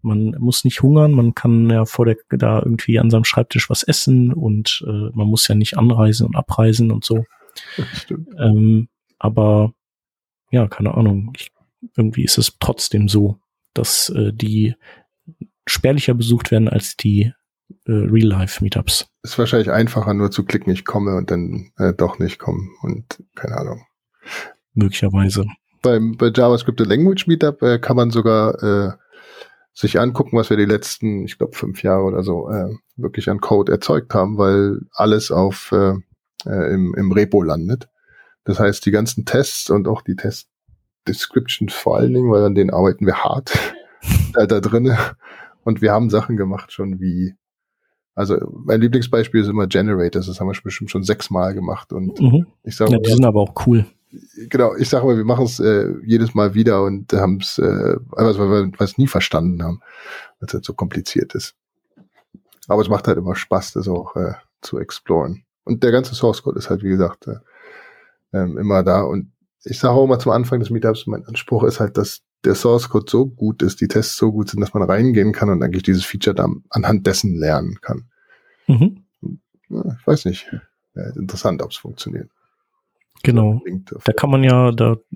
man muss nicht hungern, man kann ja da irgendwie an seinem Schreibtisch was essen und man muss ja nicht anreisen und abreisen und so. Stimmt. Aber ja, keine Ahnung. Irgendwie ist es trotzdem so, dass die spärlicher besucht werden als die Real-Life-Meetups. Ist wahrscheinlich einfacher, nur zu klicken, ich komme und dann doch nicht kommen und keine Ahnung. Möglicherweise. Bei JavaScript Language Meetup kann man sogar sich angucken, was wir die letzten, ich glaube 5 Jahre oder so, wirklich an Code erzeugt haben, weil alles im Repo landet. Das heißt, die ganzen Tests und auch die Test-Descriptions vor allen Dingen, weil an denen arbeiten wir hart da drinne. Und wir haben Sachen gemacht schon wie, also mein Lieblingsbeispiel ist immer Generators, das haben wir bestimmt schon 6 Mal gemacht. Und ich sage, die sind aber auch cool. Genau, ich sage mal, wir machen es jedes Mal wieder und haben es, weil wir es nie verstanden haben, weil es halt so kompliziert ist. Aber es macht halt immer Spaß, das auch zu exploren. Und der ganze Source Code ist halt, wie gesagt, immer da. Und ich sage auch immer zum Anfang des Meetups, mein Anspruch ist halt, dass der Source Code so gut ist, die Tests so gut sind, dass man reingehen kann und eigentlich dieses Feature dann anhand dessen lernen kann. Ja, ich weiß nicht. Ja, interessant, ob es funktioniert. Genau. Da kann man ja,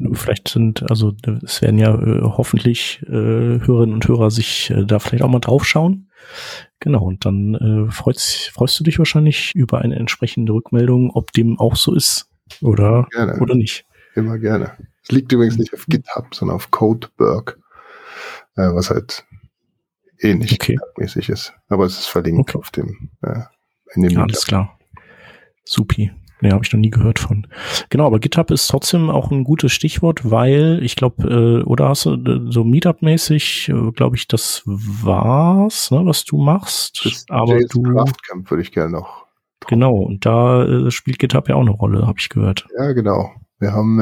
es werden ja hoffentlich Hörerinnen und Hörer sich da vielleicht auch mal draufschauen. Genau, und dann freust du dich wahrscheinlich über eine entsprechende Rückmeldung, ob dem auch so ist oder nicht. Immer gerne. Es liegt übrigens nicht auf GitHub, sondern auf Codeberg, was halt ähnlich GitHub-mäßig ist. Aber es ist verlinkt auf dem in dem Alles klar. Supi. Nee, habe ich noch nie gehört von. Genau, aber GitHub ist trotzdem auch ein gutes Stichwort, weil ich glaube, oder hast du so Meetup-mäßig, glaube ich, das war's, ne, was du machst. Das aber JS Craftcamp würde ich gerne noch. Genau, und da spielt GitHub ja auch eine Rolle, habe ich gehört. Ja, genau. Wir haben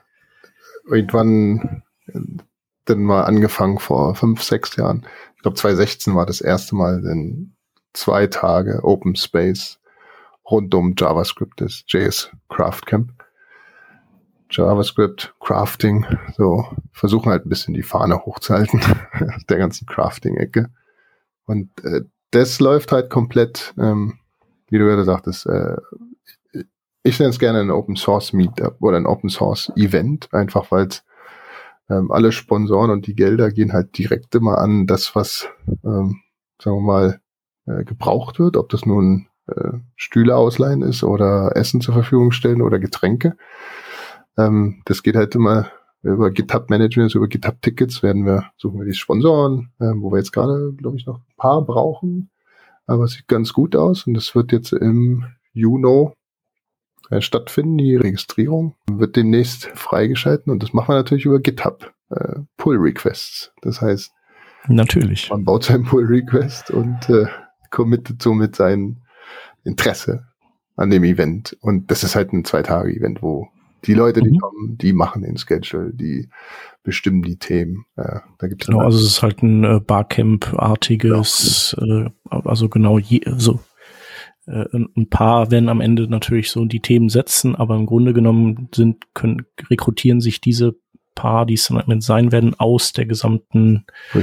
irgendwann dann mal angefangen vor 5, 6 Jahren. Ich glaube 2016 war das erste Mal in 2 Tage Open Space rund um JavaScript, das JS Craftcamp. JavaScript, Crafting, so versuchen halt ein bisschen die Fahne hochzuhalten der ganzen Crafting-Ecke. Und das läuft halt komplett, wie du gerade sagtest, ich nenne es gerne ein Open Source Meetup oder ein Open Source Event, einfach weil es alle Sponsoren und die Gelder gehen halt direkt immer an das, was, sagen wir mal, gebraucht wird, ob das nun Stühle ausleihen ist oder Essen zur Verfügung stellen oder Getränke. Das geht halt immer über GitHub Management, über GitHub Tickets suchen wir die Sponsoren, wo wir jetzt gerade, glaube ich, noch ein paar brauchen. Aber es sieht ganz gut aus und es wird jetzt im Juni stattfinden, die Registrierung. Wird demnächst freigeschalten und das machen wir natürlich über GitHub Pull Requests. Das heißt, natürlich. Man baut seinen Pull Request und committet somit sein Interesse an dem Event. Und das ist halt ein 2-Tage-Event, wo die Leute, die kommen, die machen den Schedule, die bestimmen die Themen. Da gibt's genau, also es ist halt ein Barcamp-artiges, also genau, ein paar werden am Ende natürlich so die Themen setzen, aber im Grunde genommen rekrutieren sich diese paar, die es dann sein werden, aus der gesamten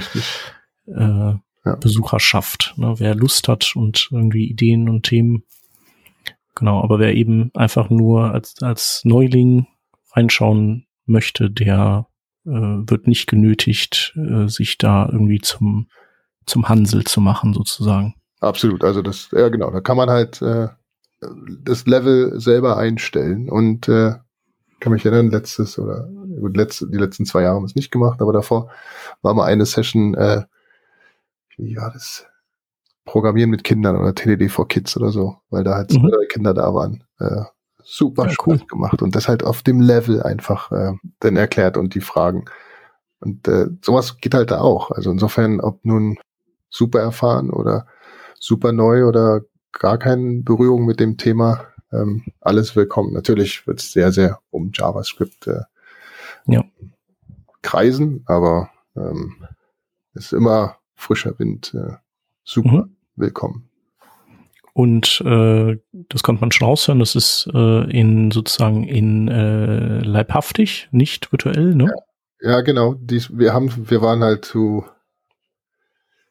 Besucherschaft, ne? Wer Lust hat und irgendwie Ideen und Themen. Genau, aber wer eben einfach nur als Neuling reinschauen möchte, der wird nicht genötigt, sich da irgendwie zum Hansel zu machen, sozusagen. Absolut, also genau, da kann man halt das Level selber einstellen und kann mich erinnern, die letzten 2 Jahre haben wir es nicht gemacht, aber davor war mal eine Session, wie war das? Programmieren mit Kindern oder TDD for Kids oder so, weil da halt 2, 3 Kinder da waren. Super Spaß gemacht und das halt auf dem Level einfach dann erklärt und die Fragen. Und sowas geht halt da auch. Also insofern, ob nun super erfahren oder super neu oder gar keine Berührung mit dem Thema, alles willkommen. Natürlich wird es sehr, sehr um JavaScript kreisen, aber ist immer frischer Wind, super willkommen. Und das konnte man schon raushören, das ist sozusagen in leibhaftig, nicht virtuell, ne? Ja, genau. Wir waren halt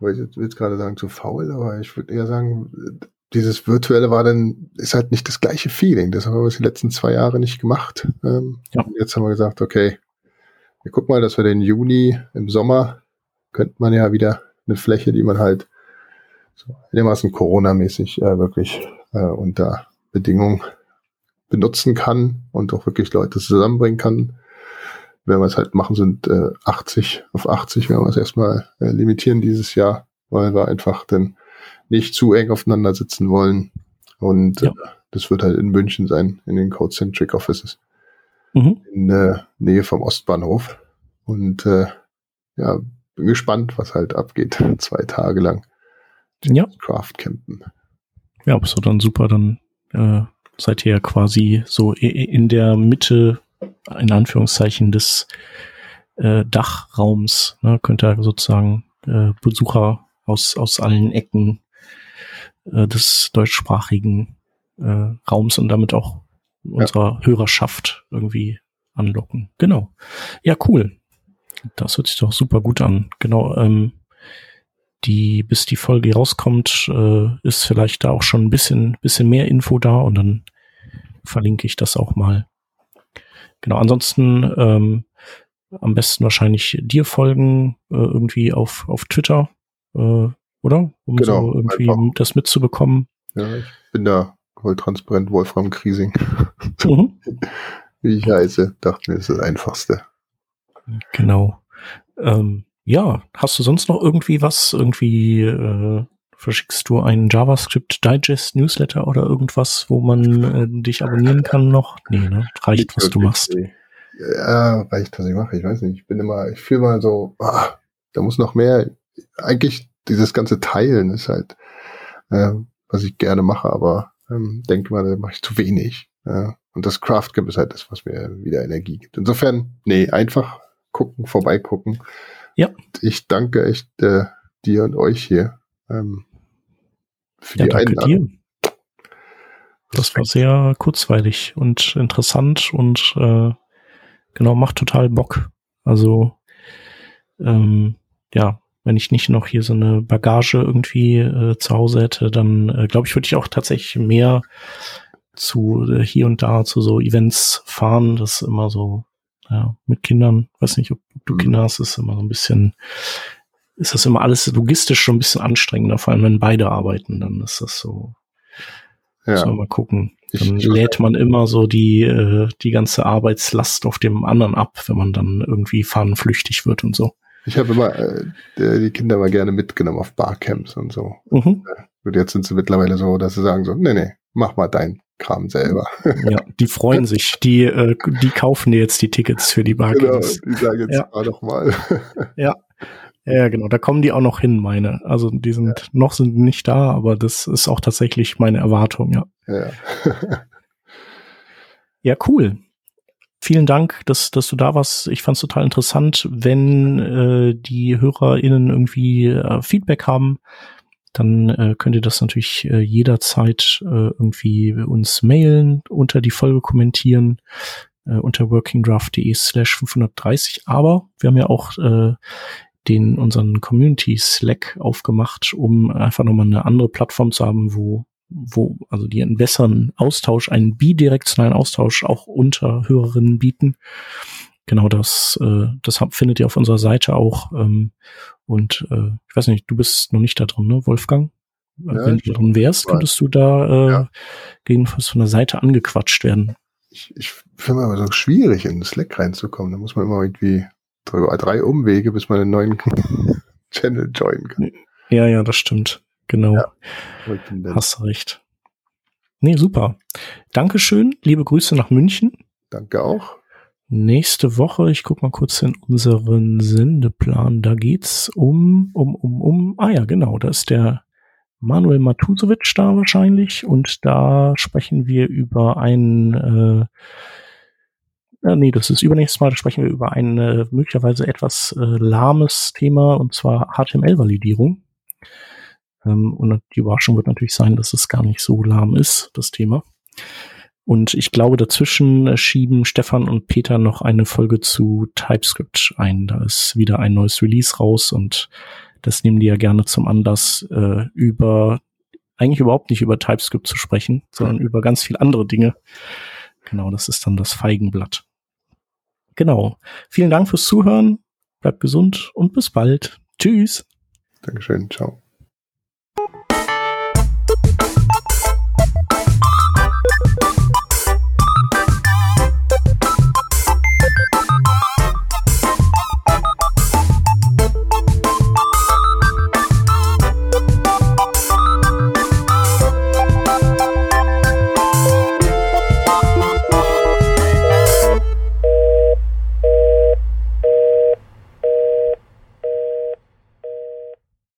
weil ich will jetzt gerade sagen zu faul, aber ich würde eher sagen, dieses Virtuelle ist halt nicht das gleiche Feeling. Das haben wir die letzten 2 Jahre nicht gemacht. Jetzt haben wir gesagt, okay, wir gucken mal, dass wir den Juni im Sommer könnte man ja wieder eine Fläche, die man halt so einigermaßen Corona-mäßig wirklich unter Bedingungen benutzen kann und auch wirklich Leute zusammenbringen kann. Wenn wir es halt machen, sind 80 auf 80, werden wir es erstmal limitieren dieses Jahr, weil wir einfach dann nicht zu eng aufeinander sitzen wollen. Und das wird halt in München sein, in den Codecentric Offices. In der Nähe vom Ostbahnhof. Und bin gespannt, was halt abgeht. 2 Tage lang. Craft campen. Ja, aber so dann super, dann seid ihr ja quasi so in der Mitte, in Anführungszeichen, des Dachraums. Ne? Könnt ihr sozusagen Besucher aus allen Ecken des deutschsprachigen Raums und damit auch unserer Hörerschaft irgendwie anlocken. Genau. Ja, cool. Das hört sich doch super gut an. Genau. Bis die Folge rauskommt, ist vielleicht da auch schon ein bisschen mehr Info da und dann verlinke ich das auch mal. Genau, ansonsten am besten wahrscheinlich dir folgen, irgendwie auf Twitter, oder? Um so irgendwie einfach das mitzubekommen. Ja, ich bin da voll transparent, Wolfram Kriesing. Wie ich heiße, dachte mir, das ist das Einfachste. Genau. Ja, hast du sonst noch irgendwie was? Irgendwie verschickst du einen JavaScript Digest Newsletter oder irgendwas, wo man dich abonnieren kann noch? Nee, ne? Reicht, was du machst. Ja, reicht, was ich mache. Ich weiß nicht. Ich fühle mal so, da muss noch mehr. Eigentlich dieses ganze Teilen ist halt, was ich gerne mache, aber denke mal, da mache ich zu wenig. Und das Craft Camp ist halt das, was mir wieder Energie gibt. Insofern, einfach gucken, vorbeigucken. Ja. Ich danke echt dir und euch hier für die Einladung. Dir. Das war sehr kurzweilig und interessant und macht total Bock. Also wenn ich nicht noch hier so eine Bagage irgendwie zu Hause hätte, dann glaube ich, würde ich auch tatsächlich mehr zu hier und da zu so Events fahren. Das ist immer so, mit Kindern, weiß nicht, ob du Kinder hast, ist immer so ein bisschen, ist das immer alles logistisch schon ein bisschen anstrengender, vor allem wenn beide arbeiten, dann ist das so, muss man mal gucken. Dann lädt man immer so die ganze Arbeitslast auf dem anderen ab, wenn man dann irgendwie fahnenflüchtig wird und so. Ich habe immer die Kinder mal gerne mitgenommen auf Barcamps und so. Und jetzt sind sie mittlerweile so, dass sie sagen so, nee, mach mal dein Kram selber. Ja, die freuen sich. Die kaufen dir jetzt die Tickets für die Barcamps. Genau, die sagen jetzt fahr doch mal. Ja, genau. Da kommen die auch noch hin, meine. Also die sind sind nicht da, aber das ist auch tatsächlich meine Erwartung, ja. Ja, cool. Vielen Dank, dass du da warst. Ich fand's total interessant. Wenn die HörerInnen irgendwie Feedback haben, dann könnt ihr das natürlich jederzeit irgendwie uns mailen, unter die Folge kommentieren, unter workingdraft.de/530. Aber wir haben ja auch unseren Community Slack aufgemacht, um einfach nochmal eine andere Plattform zu haben, wo also die einen besseren Austausch, einen bidirektionalen Austausch auch unter Hörerinnen bieten. Genau, das findet ihr auf unserer Seite auch. Und ich weiß nicht, du bist noch nicht da drin, ne, Wolfgang? Ja, wenn du drin wärst, könntest du da jedenfalls von der Seite angequatscht werden. Ich finde aber so schwierig, in den Slack reinzukommen. Da muss man immer irgendwie 3 Umwege, bis man einen neuen Channel joinen kann. Ja, das stimmt. Genau. Ja, hast recht. Nee, super. Dankeschön. Liebe Grüße nach München. Danke auch. Nächste Woche, ich guck mal kurz in unseren Sendeplan, da geht's um, genau, da ist der Manuel Matusovic da wahrscheinlich und da sprechen wir über das ist übernächstes Mal, da sprechen wir über ein möglicherweise etwas lahmes Thema und zwar HTML-Validierung. Und die Überraschung wird natürlich sein, dass es gar nicht so lahm ist, das Thema. Und ich glaube, dazwischen schieben Stefan und Peter noch eine Folge zu TypeScript ein. Da ist wieder ein neues Release raus und Das nehmen die ja gerne zum Anlass, eigentlich überhaupt nicht über TypeScript zu sprechen, sondern über ganz viele andere Dinge. Genau, das ist dann das Feigenblatt. Genau. Vielen Dank fürs Zuhören. Bleibt gesund und bis bald. Tschüss. Dankeschön. Ciao.